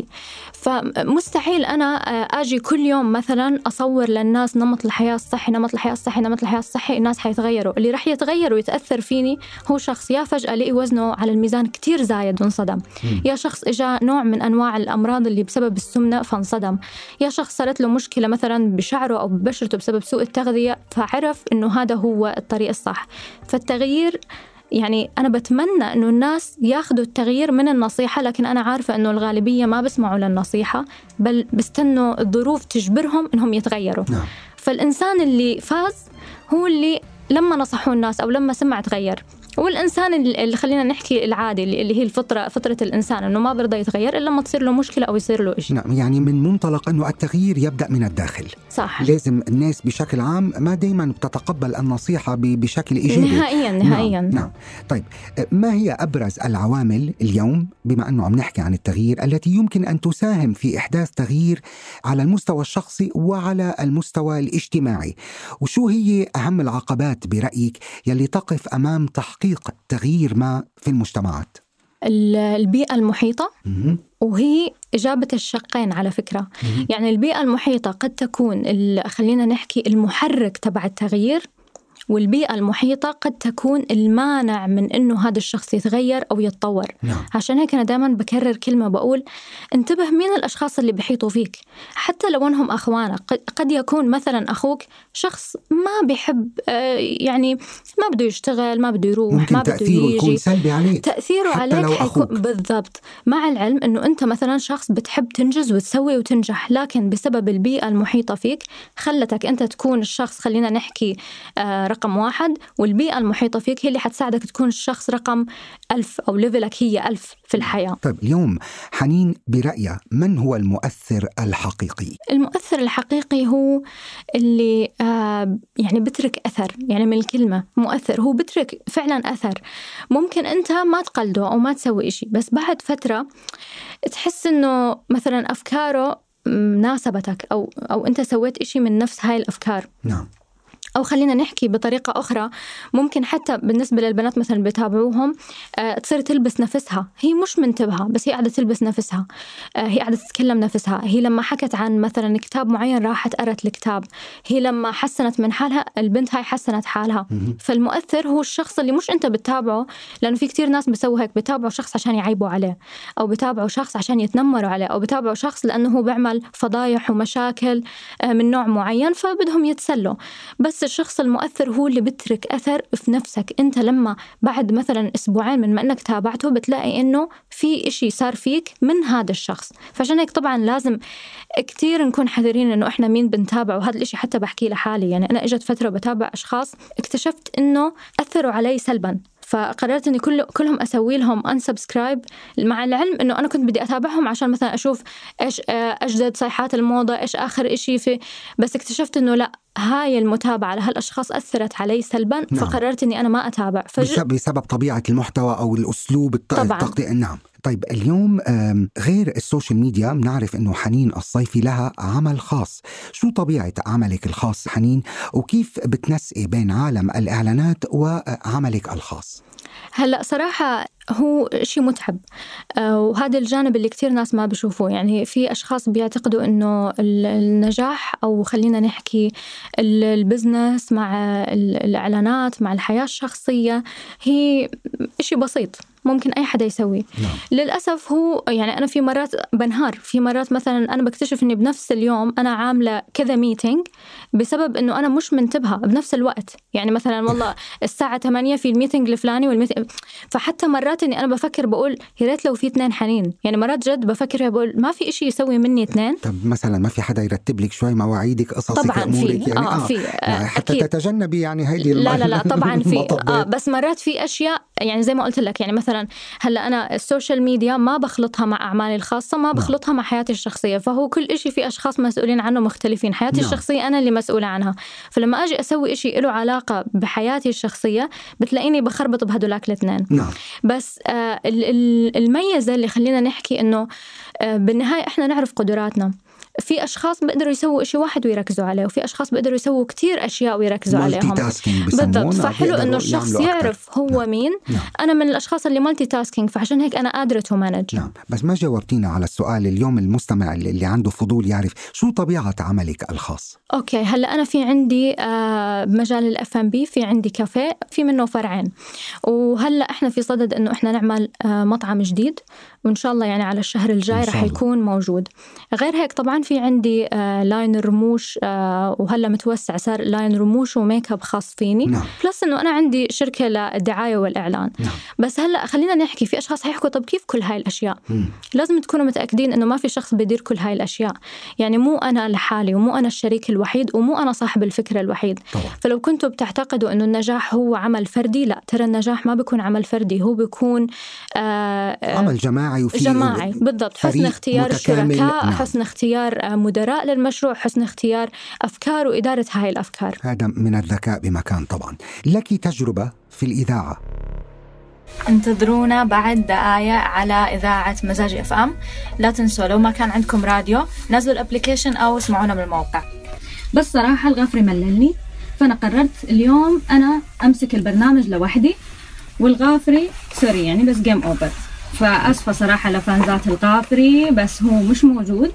فمستحيل أنا أجي كل يوم مثلاً أصور للناس نمط الحياة الصحي نمط الحياة الصحي نمط الحياة الصحي الناس حيتغيروا. اللي رح يتغير ويتأثر فيني هو شخص يا فجأة لقي وزنه على الميزان كتير زايد وانصدم، يا شخص إجا نوع من أنواع الأمراض اللي بسبب السمنة فانصدم، يا شخص صارت له مشكلة مثلاً بشعره أو ببشرته بسبب سوء التغذية فعرف إنه هذا هو الطريق الصح. فالتغيير يعني أنا بتمنى أنه الناس ياخدوا التغيير من النصيحة، لكن أنا عارفة أنه الغالبية ما بسمعوا للنصيحة بل بستنوا الظروف تجبرهم أنهم يتغيروا. نعم. فالإنسان اللي فاز هو اللي لما نصحوا الناس أو لما سمع تغير، والإنسان اللي خلينا نحكي العادي اللي هي الفطرة فطرة الإنسان أنه ما برضى يتغير إلا لما تصير له مشكلة أو يصير له إشي. نعم، يعني من منطلق أنه التغيير يبدأ من الداخل. صح. لازم الناس بشكل عام ما دايما بتتقبل النصيحة بشكل إيجابي. نهائيا نهائيا. نعم. نعم. طيب ما هي أبرز العوامل اليوم بما أنه عم نحكي عن التغيير التي يمكن أن تساهم في إحداث تغيير على المستوى الشخصي وعلى المستوى الاجتماعي؟ وشو هي أهم العقبات برأيك يلي تقف أمام تحقيق تغيير ما في المجتمعات؟ البيئة المحيطة، م- وهي إجابة الشقين على فكرة. م- يعني البيئة المحيطة قد تكون خلينا نحكي المحرك تبع التغيير، والبيئة المحيطة قد تكون المانع من إنه هذا الشخص يتغير أو يتطور. نعم. عشان هيك أنا دائما بكرر كلمة بقول انتبه مين الأشخاص اللي بيحيطوا فيك، حتى لو أنهم أخوانك. قد يكون مثلا أخوك شخص ما بيحب يعني ما بده يشتغل ما بده يروح ما بده يجي، يكون سلبي عليك. تأثيره عليك حيكون بالضبط، مع العلم أنه أنت مثلا شخص بتحب تنجز وتسوي وتنجح، لكن بسبب البيئة المحيطة فيك خلتك أنت تكون الشخص خلينا نحكي آه رقم واحد، والبيئة المحيطة فيك هي اللي حتساعدك تكون الشخص رقم ألف أو ليفلك هي ألف في الحياة. طيب اليوم حنين برأيك من هو المؤثر الحقيقي؟ المؤثر الحقيقي هو اللي آه يعني بترك أثر. يعني من الكلمة مؤثر هو بترك فعلا أثر. ممكن أنت ما تقلده أو ما تسوي إشي، بس بعد فترة تحس إنه مثلا أفكاره ناسبتك أو أو أنت سويت إشي من نفس هاي الأفكار. نعم. أو خلينا نحكي بطريقة أخرى، ممكن حتى بالنسبة للبنات مثلا بيتابعوهم آه تصير تلبس نفسها، هي مش منتبهة بس هي قاعدة تلبس نفسها، آه هي قاعدة تتكلم نفسها، هي لما حكت عن مثلا كتاب معين راحت قرأت الكتاب، هي لما حسنت من حالها البنت هاي حسنت حالها. فالمؤثر هو الشخص اللي مش أنت بتتابعه، لأنه في كتير ناس بيسووا هيك، بتابعوا شخص عشان يعيبوا عليه، أو بتابعوا شخص عشان يتنمروا عليه، أو بتابعوا شخص لأنه هو بيعمل فضايح ومشاكل آه من نوع معين فبدهم يتسلوا. بس الشخص المؤثر هو اللي بترك أثر في نفسك أنت. لما بعد مثلا أسبوعين من ما أنك تابعته بتلاقي إنه في إشي صار فيك من هذا الشخص. فعشان هيك طبعا لازم كتير نكون حذرين إنه إحنا مين بنتابع. وهذا الإشي حتى بحكي لحالي، يعني أنا إجت فترة بتابع أشخاص اكتشفت إنه أثروا علي سلبا، فقررت إني كل كلهم أسوي لهم unsubscribe، مع العلم إنه أنا كنت بدي أتابعهم عشان مثلا أشوف إيش أجدد صيحات الموضة، إيش آخر إشي في، بس اكتشفت إنه لا، هاي المتابعة لهالأشخاص أثرت علي سلبا. نعم. فقررت إني أنا ما أتابع فج... بسبب طبيعة المحتوى أو الأسلوب التغطية. نعم. طيب اليوم غير السوشيال ميديا بنعرف إنه حنين الصيفي لها عمل خاص. شو طبيعة عملك الخاص حنين، وكيف بتنسقي بين عالم الإعلانات وعملك الخاص؟ هلأ صراحة هو شيء متعب، وهذا الجانب اللي كتير ناس ما بيشوفوه. يعني في أشخاص بيعتقدوا إنه النجاح أو خلينا نحكي البزنس مع الإعلانات مع الحياة الشخصية هي شيء بسيط ممكن أي حدا يسويه. نعم. للأسف هو يعني أنا في مرات بنهار، في مرات مثلا أنا بكتشف إني بنفس اليوم أنا عاملة كذا ميتينج بسبب إنه أنا مش منتبهة بنفس الوقت. يعني مثلا والله الساعة ثمانية في الميتينج الفلاني والميتينج، فحتى مرات إني أنا بفكر بقول يا ريت لو في اثنين حنين. يعني مرات جد بفكر بقول ما في إشي يسوي مني اثنين. طب مثلا ما في حدا يرتب لك شوي مواعيدك، قصصك، طبعا أمورك؟ في يعني آه, آه في يعني حتى أكيد. تتجنبي يعني هيدي لا لا لا طبعا في آه بس مرات في أشياء يعني زي ما قلت لك. يعني مثلا هلا أنا السوشيال ميديا ما بخلطها مع أعمالي الخاصة، ما بخلطها مع حياتي الشخصية، فهو كل إشي في أشخاص مسؤولين عنه مختلفين. حياتي نعم. الشخصية أنا اللي مسؤولة عنها، فلما أجي أسوي إشي له علاقة بحياتي الشخصية بتلاقيني بخربط بهدولاك الاثنين. نعم. بس آه الميزة اللي خلينا نحكي إنه آه بالنهاية إحنا نعرف قدراتنا. في أشخاص بيقدروا يسووا إشي واحد ويركزوا عليه، وفي أشخاص بيقدروا يسووا كتير أشياء ويركزوا عليهم. بالضبط. فحلو إنه الشخص يعرف هو نعم. مين. نعم. أنا من الأشخاص اللي مالتي تاسكينج، فعشان هيك أنا قادرة تو مانج. نعم. بس ما جاوبتينا على السؤال اليوم. المستمع اللي عنده فضول يعرف شو طبيعة عملك الخاص. أوكي. هلأ أنا في عندي آه بمجال الأف ام بي، في عندي كافيه في منه فرعين، وهلأ إحنا في صدد إنه إحنا نعمل آه مطعم جديد، وإن شاء الله يعني على الشهر الجاي رح يكون موجود. غير هيك طبعا في عندي آه لاين الرموش، آه وهلا متوسع صار لاين رموش وميك اب خاص فيني. نعم. بلس انه انا عندي شركه للدعايه والاعلان. نعم. بس هلا خلينا نحكي، في اشخاص حيحكوا طب كيف كل هاي الاشياء؟ مم. لازم تكونوا متاكدين انه ما في شخص بيدير كل هاي الاشياء. يعني مو انا لحالي، ومو انا الشريك الوحيد، ومو انا صاحب الفكره الوحيد. طبعا. فلو كنتوا بتعتقدوا انه النجاح هو عمل فردي، لا، ترى النجاح ما بيكون عمل فردي، هو بيكون آه عمل جماعي. وفي جماعي بالضبط. حسن اختيار الشركاء. نعم. حسن اختيار مدراء للمشروع، حسن اختيار أفكار وإدارة هاي الأفكار. هذا من الذكاء بمكان. طبعا لك تجربة في الإذاعة. انتظرونا بعد دقايق على إذاعة مزاج اف ام. لا تنسوا لو ما كان عندكم راديو نزلوا الابليكيشن أو اسمعونا من الموقع. بس صراحة الغافري مللني، فأنا قررت اليوم أنا أمسك البرنامج لوحدي، والغافري سوري يعني بس جيم أوفر. فأسفة صراحة لفانزات الغافري، بس هو مش موجود.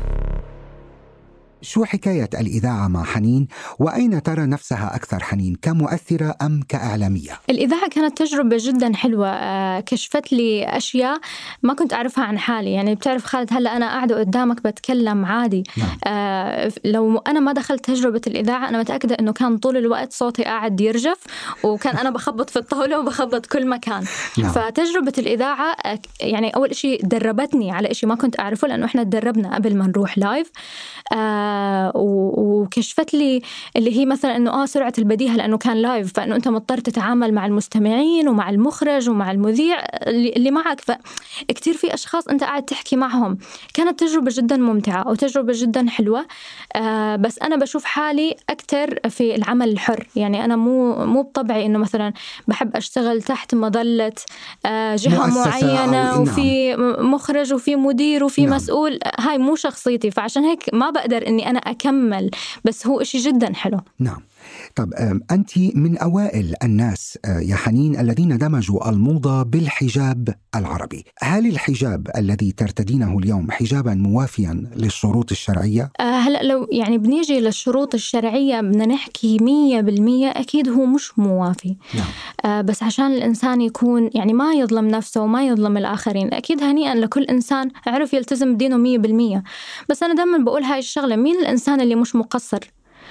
شو حكاية الإذاعة مع حنين، وأين ترى نفسها أكثر حنين، كمؤثرة أم كإعلامية؟ الإذاعة كانت تجربة جدا حلوة، كشفت لي أشياء ما كنت أعرفها عن حالي. يعني بتعرف خالد، هلأ أنا قاعدة قدامك بتكلم عادي. نعم. آه لو أنا ما دخلت تجربة الإذاعة أنا متأكدة أنه كان طول الوقت صوتي قاعد يرجف، وكان أنا بخبط في الطاولة وبخبط كل مكان. نعم. فتجربة الإذاعة يعني أول إشي دربتني على إشي ما كنت أعرفه، لأنه إحنا تدربنا قبل ما نروح لايف. آه وكشفت لي اللي هي مثلا انه اه سرعه البديهه، لانه كان لايف، فانه انت مضطر تتعامل مع المستمعين ومع المخرج ومع المذيع اللي معك، فكتير في اشخاص انت قاعد تحكي معهم. كانت تجربه جدا ممتعه وتجربه جدا حلوه. آه بس انا بشوف حالي اكثر في العمل الحر. يعني انا مو مو بطبعي انه مثلا بحب اشتغل تحت مظله آه جهه معينه وفي مخرج وفي مدير وفي نعم. مسؤول. هاي مو شخصيتي، فعشان هيك ما بقدر اني انا اكمل. بس هو إشي جدا حلو. نعم. طب أنت من أوائل الناس يا حنين الذين دمجوا الموضة بالحجاب العربي. هل الحجاب الذي ترتدينه اليوم حجابا موافيا للشروط الشرعية؟ أه هلأ لو يعني بنيجي للشروط الشرعية بدنا نحكي مية بالمية أكيد هو مش موافي. نعم. أه بس عشان الإنسان يكون يعني ما يظلم نفسه وما يظلم الآخرين، أكيد هنيئا لكل إنسان عرف يلتزم دينه مية بالمية. بس أنا دائما بقول هاي الشغلة، مين الإنسان اللي مش مقصر؟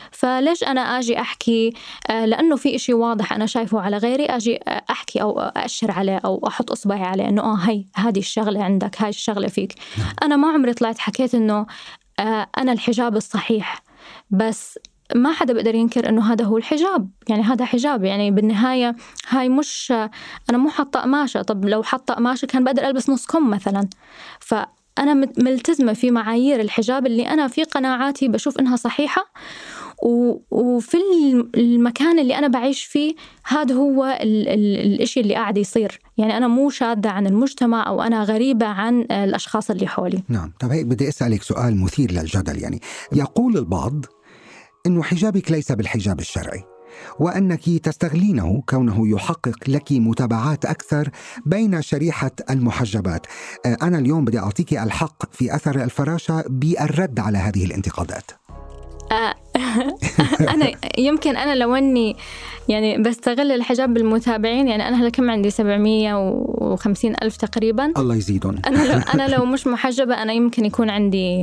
فليش أنا أجي أحكي لأنه في إشي واضح أنا شايفه على غيري أجي أحكي أو أأشر عليه أو أحط إصبعي عليه إنه آه هاي هذه الشغلة عندك، هاي الشغلة فيك. أنا ما عمري طلعت حكيت إنه أنا الحجاب الصحيح، بس ما حدا بقدر ينكر إنه هذا هو الحجاب، يعني هذا حجاب. يعني بالنهاية هاي مش أنا مو حاطة قماشة، طب لو حاطة قماشة كان بقدر ألبس نص كم مثلا. فأنا ملتزمة في معايير الحجاب اللي أنا في قناعاتي بشوف إنها صحيحة، وفي المكان اللي أنا بعيش فيه هذا هو ال ال الإشي اللي قاعد يصير. يعني أنا مو شاذة عن المجتمع أو أنا غريبة عن الأشخاص اللي حولي. نعم. طب هيك بدي أسألك سؤال مثير للجدل. يعني يقول البعض إنه حجابك ليس بالحجاب الشرعي، وأنك تستغلينه كونه يحقق لك متابعات أكثر بين شريحة المحجبات. أنا اليوم بدي أعطيك الحق في أثر الفراشة بالرد على هذه الانتقادات. أنا يمكن أنا لو أني يعني بستغل الحجاب بالمتابعين، يعني أنا هلا كم عندي سبعمية وخمسين ألف تقريبا، الله يزيدون. أنا لو, أنا لو مش محجبة أنا يمكن يكون عندي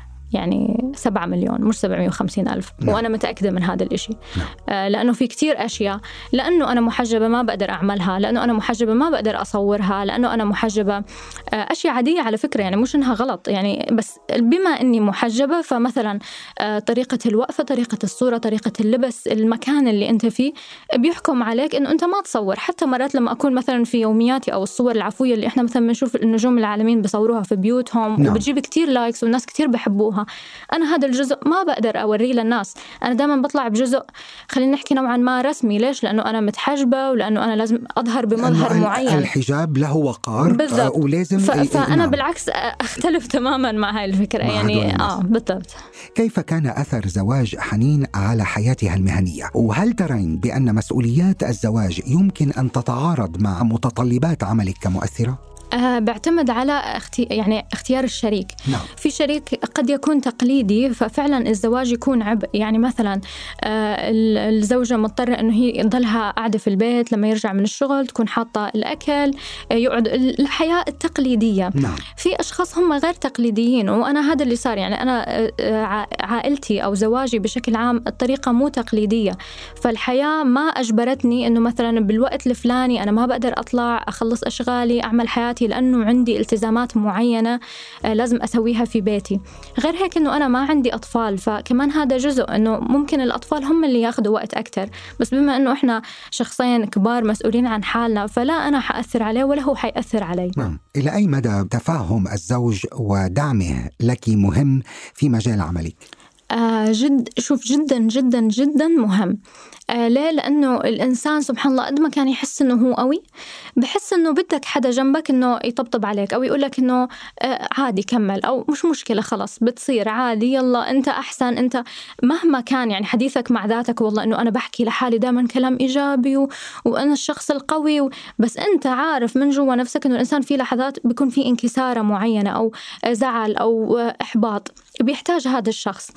يعني سبعة مليون مش سبعمية وخمسين ألف. نعم. وأنا متأكدة من هذا الإشي. نعم. آه لأنه في كتير أشياء، لأنه أنا محجبة ما بقدر أعملها، لأنه أنا محجبة ما بقدر أصورها، لأنه أنا محجبة. آه أشياء عادية على فكرة، يعني مش إنها غلط يعني، بس بما إني محجبة فمثلا آه طريقة الوقفة، طريقة الصورة، طريقة اللبس، المكان اللي أنت فيه بيحكم عليك إنه أنت ما تصور. حتى مرات لما أكون مثلا في يومياتي أو الصور العفوية اللي إحنا مثلا بنشوف النجوم العالمين بصوروها في بيوتهم. نعم. وبتجيب كتير لايكس والناس كتير بحبوها، أنا هذا الجزء ما بقدر أوريه للناس. أنا دائما بطلع بجزء خلينا نحكي نوعا ما رسمي. ليش؟ لأنه أنا متحجبة ولأنه أنا لازم أظهر بمظهر معين. الحجاب له وقار. بالضبط. ولازم ف... فأنا نعم. بالعكس أختلف تماما مع هاي الفكرة يعني. آه بالضبط. كيف كان أثر زواج حنين على حياتها المهنية؟ وهل ترين بأن مسؤوليات الزواج يمكن أن تتعارض مع متطلبات عملك كمؤثرة؟ أه بعتمد على اختي... يعني اختيار الشريك. نعم. في شريك قد يكون تقليدي ففعلا الزواج يكون عبء. يعني مثلا أه الزوجة مضطرة أنه هي تضلها قاعدة في البيت، لما يرجع من الشغل تكون حاطة الأكل، أه يقعد الحياة التقليدية. نعم. في أشخاص هم غير تقليديين، وأنا هذا اللي صار. يعني أنا أه عائلتي أو زواجي بشكل عام الطريقة مو تقليدية، فالحياة ما أجبرتني أنه مثلا بالوقت الفلاني أنا ما بقدر أطلع أخلص أشغالي أعمل حياتي لأنه عندي التزامات معينة لازم أسويها في بيتي. غير هيك أنه أنا ما عندي أطفال، فكمان هذا جزء أنه ممكن الأطفال هم اللي ياخدوا وقت أكتر، بس بما أنه إحنا شخصين كبار مسؤولين عن حالنا فلا أنا حأثر عليه ولا هو حيأثر علي. نعم. إلى أي مدى تفاهم الزوج ودعمه لك مهم في مجال عملك؟ آه جد شوف جدا جدا جدا مهم. آه ليه؟ لأنه الإنسان سبحان الله قد ما كان يحس إنه هو قوي بحس إنه بدك حدا جنبك إنه يطبطب عليك أو يقولك إنه آه عادي كمل أو مش مشكلة خلص بتصير عادي يلا أنت أحسن. أنت مهما كان يعني حديثك مع ذاتك والله إنه أنا بحكي لحالي دائما كلام إيجابي و... وأنا الشخص القوي و... بس أنت عارف من جوا نفسك إنه الإنسان في لحظات بيكون في انكسارة معينة أو زعل أو إحباط بيحتاج هذا الشخص.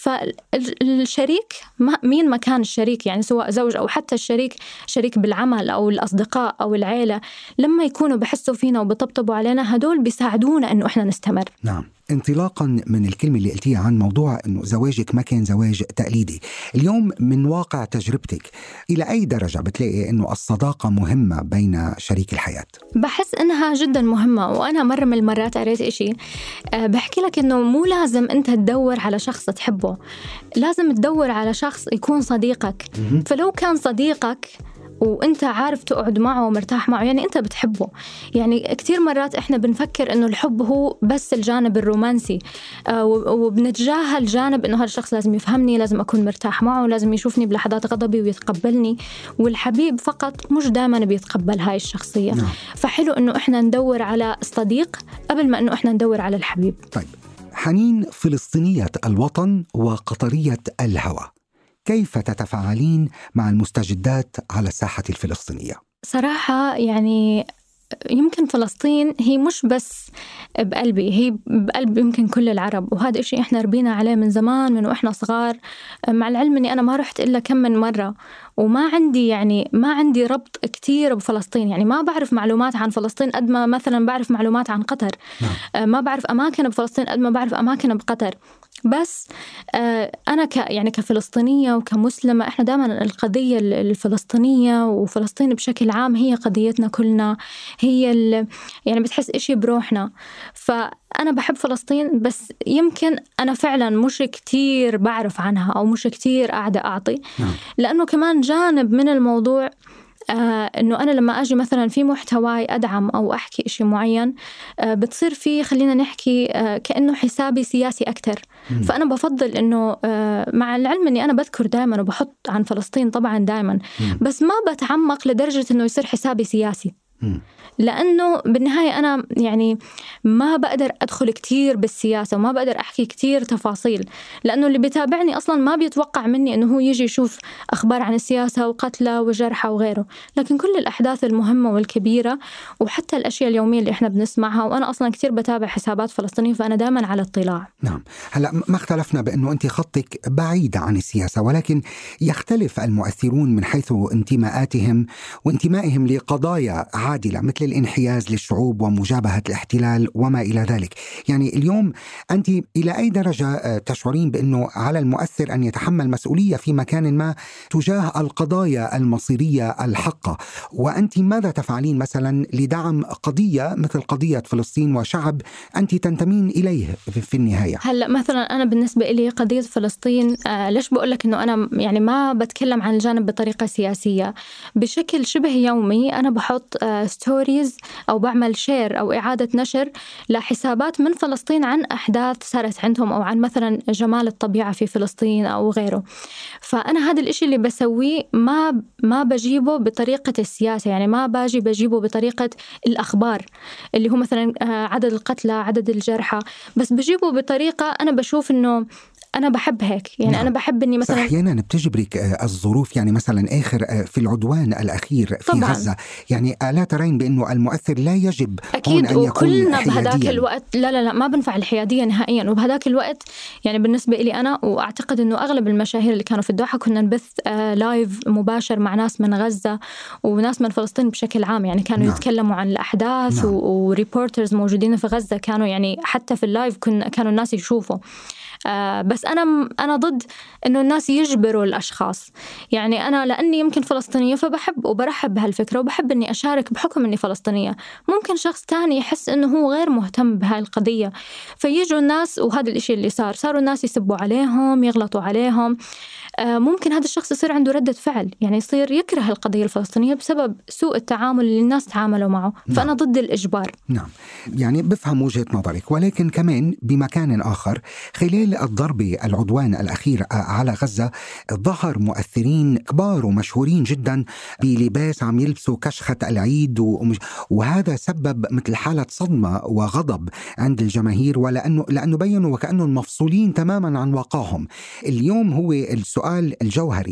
فالشريك مين ما كان الشريك يعني سواء زوج أو حتى الشريك شريك بالعمل أو الأصدقاء أو العيلة لما يكونوا بحسوا فينا وبطبطبوا علينا هدول بيساعدونا إنه إحنا نستمر. نعم. انطلاقا من الكلمة اللي قلتيها عن موضوع إنه زواجك ما كان زواج تقليدي، اليوم من واقع تجربتك إلى أي درجة بتلاقي إنه الصداقة مهمة بين شريك الحياة؟ بحس إنها جدا مهمة. وأنا مرة من المرات قريت إشي أه بحكي لك إنه مو لازم أنت تدور على شخص تحبه، لازم تدور على شخص يكون صديقك. فلو كان صديقك وانت عارف تقعد معه ومرتاح معه يعني انت بتحبه. يعني كتير مرات احنا بنفكر انه الحب هو بس الجانب الرومانسي آه وبنتجاهل جانب انه هذا الشخص لازم يفهمني، لازم اكون مرتاح معه، لازم يشوفني بلحظات غضبي ويتقبلني. والحبيب فقط مش دائما بيتقبل هاي الشخصية. نعم. فحلو انه احنا ندور على صديق قبل ما انه احنا ندور على الحبيب. طيب حنين، فلسطينية الوطن وقطرية الهوى، كيف تتفاعلين مع المستجدات على الساحة الفلسطينية؟ صراحة يعني يمكن فلسطين هي مش بس بقلبي، هي بقلب يمكن كل العرب، وهذا إشي إحنا ربينا عليه من زمان من وإحنا صغار. مع العلم أني أنا ما رحت إلا كم من مرة وما عندي يعني ما عندي ربط كتير بفلسطين. يعني ما بعرف معلومات عن فلسطين قد ما مثلا بعرف معلومات عن قطر. نعم. ما بعرف أماكن بفلسطين قد ما بعرف أماكن بقطر. بس أنا ك يعني كفلسطينية وكمسلمة إحنا دائما القضية الفلسطينية وفلسطين بشكل عام هي قضيتنا كلنا، هي يعني بتحس إشي بروحنا. فأنا بحب فلسطين، بس يمكن أنا فعلا مش كتير بعرف عنها أو مش كتير قاعدة أعطي، لأنه كمان جانب من الموضوع آه إنه أنا لما أجي مثلا في محتواي أدعم أو أحكي إشي معين آه بتصير فيه خلينا نحكي آه كأنه حسابي سياسي أكتر. م. فأنا بفضل إنه آه مع العلم إني أنا بذكر دائما وبحط عن فلسطين طبعا دائما، م. بس ما بتعمق لدرجة إنه يصير حسابي سياسي. م. لأنه بالنهاية أنا يعني ما بقدر أدخل كتير بالسياسة وما بقدر أحكي كتير تفاصيل، لأنه اللي بيتابعني أصلا ما بيتوقع مني أنه هو يجي يشوف أخبار عن السياسة وقتلى وجرحى وغيره، لكن كل الأحداث المهمة والكبيرة وحتى الأشياء اليومية اللي إحنا بنسمعها، وأنا أصلا كتير بتابع حسابات فلسطينية فأنا دائما على اطلاع. نعم، هلأ ما اختلفنا بأنه أنت خطك بعيد عن السياسة، ولكن يختلف المؤثرون من حيث انتماءاتهم وانتمائهم لقضايا عادلة مثل الانحياز للشعوب ومجابهة الاحتلال وما إلى ذلك. يعني اليوم أنت إلى أي درجة تشعرين بأنه على المؤثر أن يتحمل مسؤولية في مكان ما تجاه القضايا المصيرية الحقة، وأنت ماذا تفعلين مثلا لدعم قضية مثل قضية فلسطين وشعب أنت تنتمين إليه في النهاية؟ هلأ مثلا أنا بالنسبة إلي قضية فلسطين آه ليش بقول لك أنه أنا يعني ما بتكلم عن الجانب بطريقة سياسية بشكل شبه يومي. أنا بحط آه ستوري أو بعمل شير أو إعادة نشر لحسابات من فلسطين عن أحداث صارت عندهم أو عن مثلا جمال الطبيعة في فلسطين أو غيره. فأنا هذا الإشي اللي بسويه ما ما بجيبه بطريقة السياسة، يعني ما باجي بجيبه بطريقة الأخبار اللي هو مثلا عدد القتلى عدد الجرحى، بس بجيبه بطريقة أنا بشوف إنه أنا بحب هيك. يعني نعم. أنا بحب إني مثلا أحيانا بتجبرك الظروف، يعني مثلا آخر في العدوان الأخير في طبعاً. غزة، يعني لا ترين بأنه المؤثر لا يجب أكيد أن يكون وكلنا بهذاك الوقت لا لا لا ما بنفع الحيادية نهائيا. وبهذاك الوقت يعني بالنسبة لي أنا وأعتقد إنه أغلب المشاهير اللي كانوا في الدوحة كنا نبث آه لايف مباشر مع ناس من غزة وناس من فلسطين بشكل عام، يعني كانوا نعم. يتكلموا عن الأحداث نعم. وريبورترز موجودين في غزة كانوا يعني حتى في اللايف كنا كانوا الناس يشوفوا. آه بس أنا أنا ضد إنه الناس يجبروا الأشخاص. يعني أنا لأني يمكن فلسطينية فبحب وبرحب بهالفكرة وبحب إني أشارك بحكم إني فلسطينية. ممكن شخص تاني يحس إنه هو غير مهتم بهاي القضية فيجوا الناس، وهذا الإشي اللي صار صاروا الناس يسبوا عليهم يغلطوا عليهم. آه ممكن هذا الشخص يصير عنده ردة فعل، يعني يصير يكره القضية الفلسطينية بسبب سوء التعامل اللي الناس تعاملوا معه. نعم. فأنا ضد الإجبار. نعم، يعني بفهم وجهة نظرك، ولكن كمان بمكان آخر خلال الضربة العدوان الأخير على غزة ظهر مؤثرين كبار ومشهورين جدا بلباس عم يلبسوا كشخة العيد، وهذا سبب مثل حالة صدمة وغضب عند الجماهير، ولأنه لأنه بينوا وكأنهم مفصولين تماما عن واقعهم. اليوم هو السؤال الجوهري،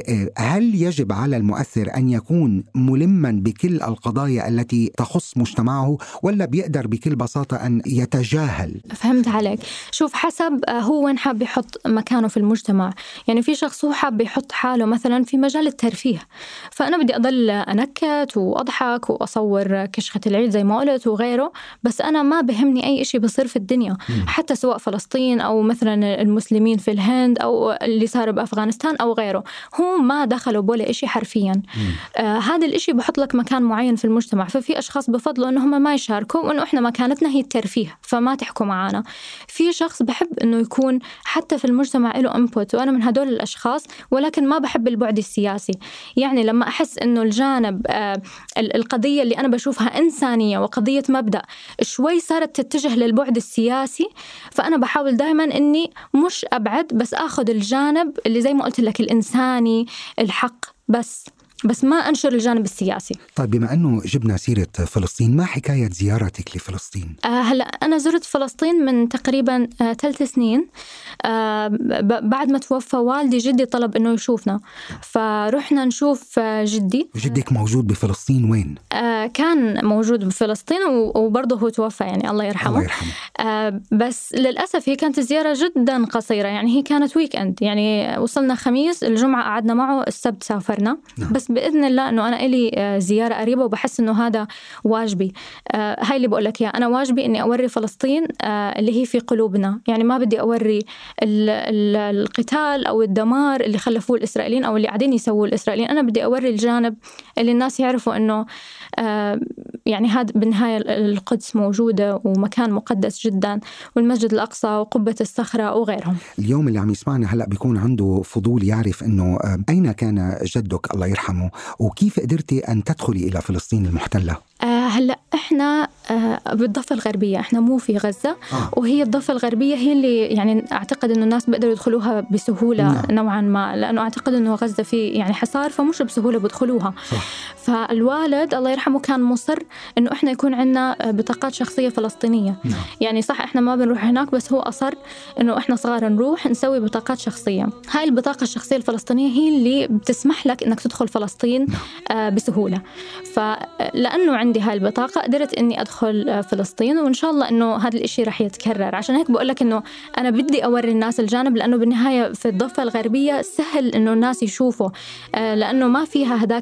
هل يجب على المؤثر أن يكون ملما بكل القضايا التي تخص مجتمعه، ولا بيقدر بكل بساطة أن يتجاهل؟ فهمت عليك. شوف حسب هو وين حاب يحط مكانه في المجتمع. يعني في شخص هو حاب يحط حاله مثلا في مجال الترفيه، فأنا بدي أضل أنكت وأضحك وأصور كشخة العيد زي ما قلت وغيره، بس أنا ما بهمني أي إشي بصير في الدنيا م. حتى سواء فلسطين أو مثلا المسلمين في الهند أو اللي صار بأفغانستان أو غيره، هو ما دخلوا بولا إشي حرفيا. آه هذا الإشي بحط لك مكان معين في المجتمع. ففي أشخاص بفضلوا إنهم ما يشاركوا وإنه إحنا مكانتنا هي الترفيه فما تحكوا معانا. في شخص بحب إنه يكون حتى في المجتمع له input، وأنا من هدول الأشخاص، ولكن ما بحب البعد السياسي. يعني لما أحس إنه الجانب آه القضية اللي أنا بشوفها إنسانية وقضية مبدأ شوي صارت تتجه للبعد السياسي، فأنا بحاول دائما إني مش أبعد بس أخذ الجانب اللي زي ما قلت لك الإنساني الحق بس بس ما أنشر الجانب السياسي. طيب بما أنه جبنا سيرة فلسطين، ما حكاية زيارتك لفلسطين؟ آه هلأ أنا زرت فلسطين من تقريبا آه ثلاث سنين. آه بعد ما توفى والدي جدي طلب إنه يشوفنا، فرحنا نشوف آه جدي. جدك موجود بفلسطين وين؟ آه كان موجود بفلسطين وبرضه هو توفى، يعني الله يرحمه, الله يرحمه. آه بس للأسف هي كانت زيارة جدا قصيرة، يعني هي كانت ويك أند، يعني وصلنا خميس، الجمعة قعدنا معه، السبت سافرنا. نعم. بس بس بإذن الله إنه أنا إلي زيارة قريبة وبحس إنه هذا واجبي. هاي اللي بقول لك يا أنا واجبي إني أوري فلسطين اللي هي في قلوبنا. يعني ما بدي أوري القتال أو الدمار اللي خلفوه الإسرائيليين أو اللي قاعدين يسووه الإسرائيليين. أنا بدي أوري الجانب اللي الناس يعرفوا إنه يعني هذا بالنهاية القدس موجودة ومكان مقدس جدا، والمسجد الأقصى وقبة الصخرة وغيرهم. اليوم اللي عم يسمعنا هلأ بيكون عنده فضول يعرف إنه أين كان جدك الله يرحمه وكيف قدرتي أن تدخلي إلى فلسطين المحتلة؟ آه هلأ إحنا آه بالضفة الغربية، إحنا مو في غزة. آه. وهي الضفة الغربية هي اللي يعني أعتقد إنه الناس بيقدروا يدخلوها بسهولة. نعم. نوعا ما، لأنه أعتقد إنه غزة في يعني حصار فمش بسهولة بدخلوها. صح. فالوالد الله يرحمه كان مصر إنه إحنا يكون عنا بطاقات شخصية فلسطينية. نعم. يعني صح إحنا ما بنروح هناك، بس هو أصر إنه إحنا صغار نروح نسوي بطاقات شخصية. هاي البطاقة الشخصية الفلسطينية هي اللي بتسمح لك إنك تدخل فلسطين. نعم. آه بسهولة. فلأنه عندي هاي البطاقة قدرت إني أدخل فلسطين، وإن شاء الله إنه هذا الإشي رح يتكرر. عشان هيك بقول لك إنه أنا بدي أوري الناس الجانب، لأنه بالنهاية في الضفة الغربية سهل إنه الناس يشوفوا، لأنه ما فيها هداك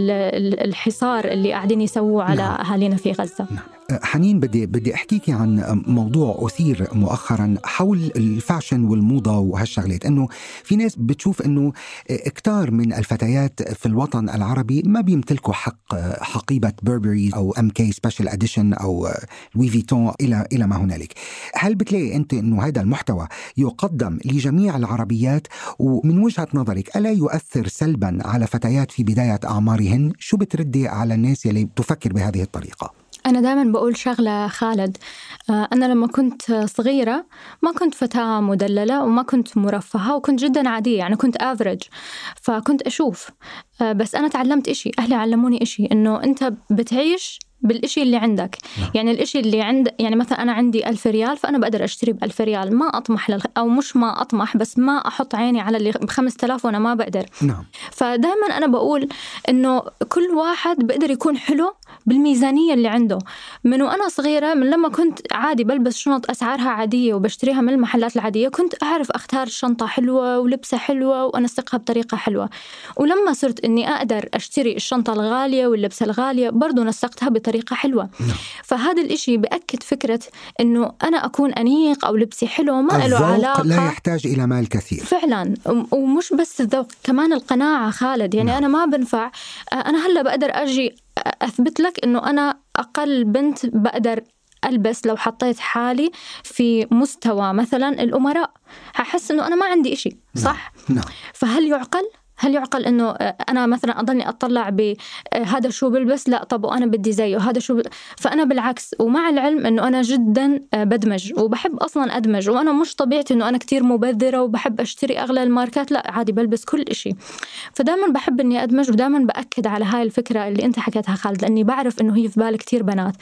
الحصار اللي قاعدين يسووه على أهالينا في غزة. حنين، بدي بدي أحكيكي عن موضوع أثير مؤخرا حول الفاشن والموضة وهالشغلات، إنه في ناس بتشوف إنه كتار من الفتيات في الوطن العربي ما بيمتلكوا حق حقيبة بيربري أو أم كي سبيشال أديشن أو لوي فيتون إلى إلى ما هنالك. هل بتلاقي أنت إنه هذا المحتوى يقدم لجميع العربيات؟ ومن وجهة نظرك ألا يؤثر سلبا على فتيات في بداية أعمارهن؟ شو بتردي على الناس يلي تفكر بهذه الطريقة؟ أنا دائما بقول شغلة خالد، أنا لما كنت صغيرة ما كنت فتاة مدللة وما كنت مرفهة وكنت جدا عادية، يعني كنت أفريج. فكنت أشوف، بس أنا تعلمت إشي، أهلي علموني إشي، إنه أنت بتعيش بالإشي اللي عندك. يعني الإشي اللي عند، يعني مثلا أنا عندي ألف ريال فأنا بقدر أشتري بألف ريال، ما أطمح لل... أو مش ما أطمح، بس ما أحط عيني على اللي بخمس تلاف وأنا ما بقدر. نعم. فدائما أنا بقول إنه كل واحد بقدر يكون حلو بالميزانية اللي عنده. من وأنا صغيرة، من لما كنت عادي بلبس شنط أسعارها عادية وبشتريها من المحلات العادية، كنت أعرف أختار شنطة حلوة ولبسة حلوة وأنسقها بطريقة حلوة. ولما صرت إني أقدر أشتري الشنطة الغالية واللبسة الغالية برضو نسقتها بطريقة حلوة. فهذا الإشي بأكد فكرة إنه أنا أكون أنيق أو لبسي حلو ما له علاقة، لا يحتاج إلى مال كثير فعلا. ومش بس الذوق، كمان القناعة خالد. يعني نعم. أنا ما بنفع، أنا هلأ بقدر أجي أثبت لك إنه أنا أقل بنت بقدر ألبس لو حطيت حالي في مستوى مثلا الأمراء، هحس إنه أنا ما عندي إشي. صح؟ نعم. نعم. فهل يعقل؟ هل يعقل إنه أنا مثلا أضلني أطلع بهذا شو بلبس؟ لا، طب وأنا بدي زيه هذا شو بل... فأنا بالعكس. ومع العلم إنه أنا جدا بدمج وبحب أصلا أدمج، وأنا مش طبيعتي إنه أنا كتير مبذرة وبحب أشتري أغلى الماركات، لا عادي بلبس كل إشي. فدائما بحب إني أدمج، ودائما بأكد على هاي الفكرة اللي أنت حكيتها خالد، لأني بعرف إنه هي في بال كتير بنات.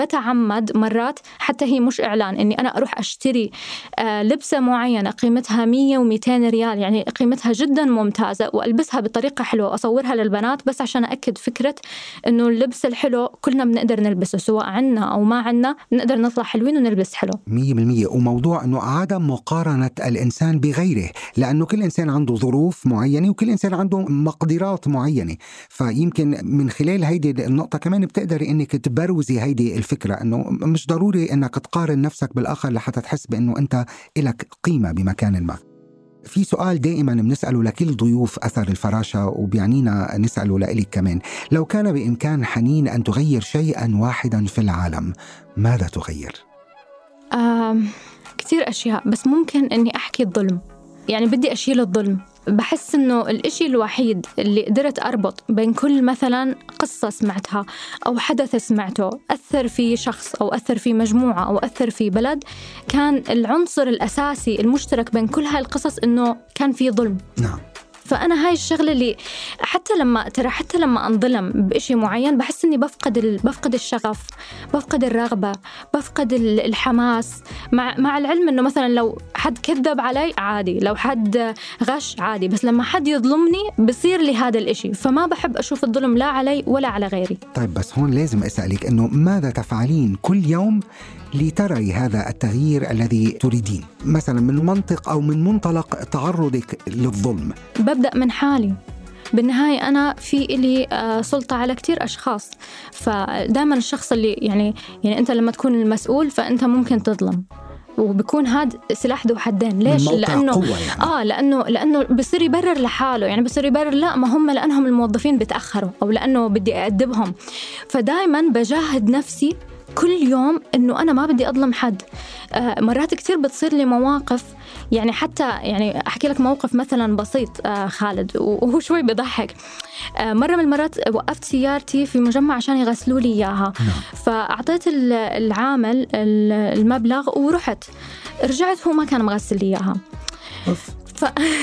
فبتعمد مرات حتى هي مش إعلان إني أنا أروح أشتري لبسة معينة قيمتها مية ومئتين ريال، يعني قيمتها جدا ممتازة، وألبسها بطريقة حلوة وأصورها للبنات، بس عشان أكد فكرة إنه اللبس الحلو كلنا بنقدر نلبسه، سواء عنا أو ما عنا بنقدر نطلع حلوين ونلبس حلو مية بالمية. وموضوع إنه عدم مقارنة الإنسان بغيره، لأنه كل إنسان عنده ظروف معينة وكل إنسان عنده مقدرات معينة. فيمكن من خلال هيدي النقطة كمان بتقدري إنك تبروزي هيدي الفكرة، إنه مش ضروري إنك تقارن نفسك بالآخر لحتى تحس بإنه أنت إلك قيمة بمكان ما. في سؤال دائما بنسأله لكل ضيوف أثر الفراشة وبيعنينا نسأله لإلك كمان، لو كان بإمكان حنين أن تغير شيئا واحدا في العالم ماذا تغير؟ آه، كتير أشياء، بس ممكن أني أحكي الظلم. يعني بدي أشيل الظلم. بحس إنه الإشي الوحيد اللي قدرت أربط بين كل مثلا قصة سمعتها أو حدث سمعته أثر في شخص أو أثر في مجموعة أو أثر في بلد، كان العنصر الأساسي المشترك بين كل هاي القصص إنه كان في ظلم. نعم. فأنا هاي الشغلة اللي حتى لما ترى حتى لما أنظلم بإشي معين بحس إني بفقد ال... بفقد الشغف، بفقد الرغبة، بفقد الحماس. مع مع العلم إنه مثلا لو حد كذب علي عادي، لو حد غش عادي، بس لما حد يظلمني بصير لي هذا الإشي، فما بحب أشوف الظلم لا علي ولا على غيري. طيب بس هون لازم أسألك إنه ماذا تفعلين كل يوم لتري هذا التغيير الذي تريدين، مثلا من منطق أو من منطلق تعرضك للظلم؟ ببدأ من حالي. بالنهاية أنا في إلي سلطة على كتير أشخاص. فدائما الشخص اللي يعني يعني أنت لما تكون المسؤول فأنت ممكن تظلم، وبيكون هذا سلاح ذو حدين. ليش؟ لأنه يعني. آه لأنه لأنه بصير يبرر لحاله، يعني بصير يبرر لا ما هم لأنهم الموظفين بتأخروا أو لأنه بدي أأدبهم. فدائما بجاهد نفسي كل يوم إنه أنا ما بدي أظلم حد. آه مرات كتير بتصير لي مواقف، يعني حتى يعني أحكي لك موقف مثلا بسيط آه خالد وهو شوي بضحك. آه مرة من المرات وقفت سيارتي في مجمع عشان يغسلوا لي إياها، فأعطيت العامل المبلغ ورحت، رجعت هو ما كان مغسل لي إياها ف...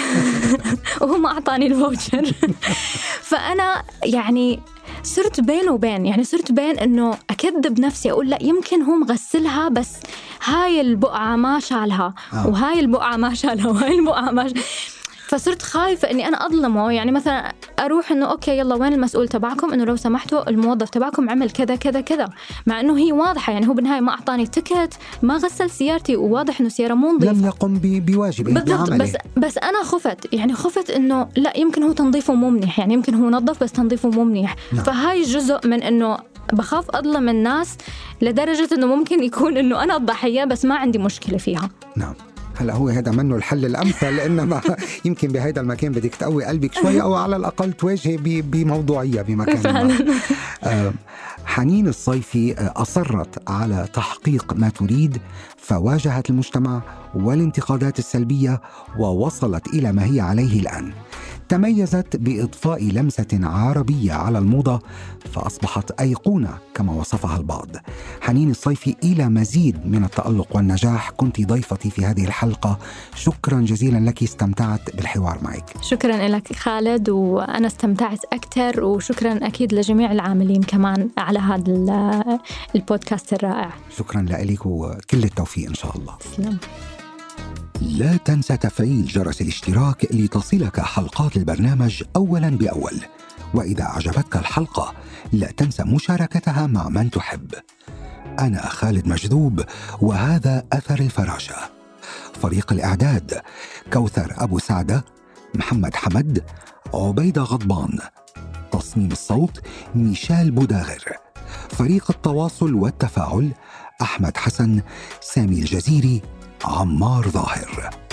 وهو ما أعطاني الفوتشر. فأنا يعني صرت بين وبين، يعني صرت بين إنه أكذب نفسي أقول لا يمكن هو مغسلها بس هاي البقعة ما شالها آه. وهاي البقعة ما شالها وهاي البقعة ما شالها. فصرت خايفة إني أنا أظلمه، يعني مثلا أروح إنه أوكي يلا وين المسؤول تبعكم، إنه لو سمحتوا الموظف تبعكم عمل كذا كذا كذا، مع إنه هي واضحة، يعني هو بالنهاية ما أعطاني تيكت، ما غسل سيارتي، وواضح إنه سيارة مو نظيفة، لم يقم بواجبه بعمله. بس بس أنا خفت، يعني خفت إنه لا يمكن هو تنظيفه مو منيح، يعني يمكن هو نظف بس تنظيفه مو منيح. نعم. فهاي جزء من إنه بخاف أظلم الناس لدرجة إنه ممكن يكون إنه أنا الضحية بس ما عندي مشكلة فيها. نعم. هلا هو هذا منه الحل الأمثل، إنما يمكن بهذا المكان بدك تقوي قلبك شوي أو على الأقل تواجهي بموضوعية بمكان ما. آه حنين الصيفي أصرت على تحقيق ما تريد، فواجهت المجتمع والانتقادات السلبية ووصلت إلى ما هي عليه الآن. تميزت بإضفاء لمسة عربية على الموضة فأصبحت أيقونة كما وصفها البعض. حنين الصيفي إلى مزيد من التألق والنجاح كنت ضيفتي في هذه الحلقة، شكرا جزيلا لك، استمتعت بالحوار معك. شكرا لك خالد، وأنا استمتعت أكثر، وشكرا أكيد لجميع العاملين كمان على هذا البودكاست الرائع. شكرا لك وكل التوفيق إن شاء الله. سلام. لا تنسى تفعيل جرس الاشتراك لتصلك حلقات البرنامج أولا بأول، وإذا أعجبتك الحلقة لا تنسى مشاركتها مع من تحب. أنا خالد مجذوب، وهذا أثر الفراشة. فريق الإعداد كوثر أبو سعدة، محمد حمد، عبيدة غضبان. تصميم الصوت ميشال بوداغر. فريق التواصل والتفاعل أحمد حسن، سامي الجزيري، عمار ظاهر.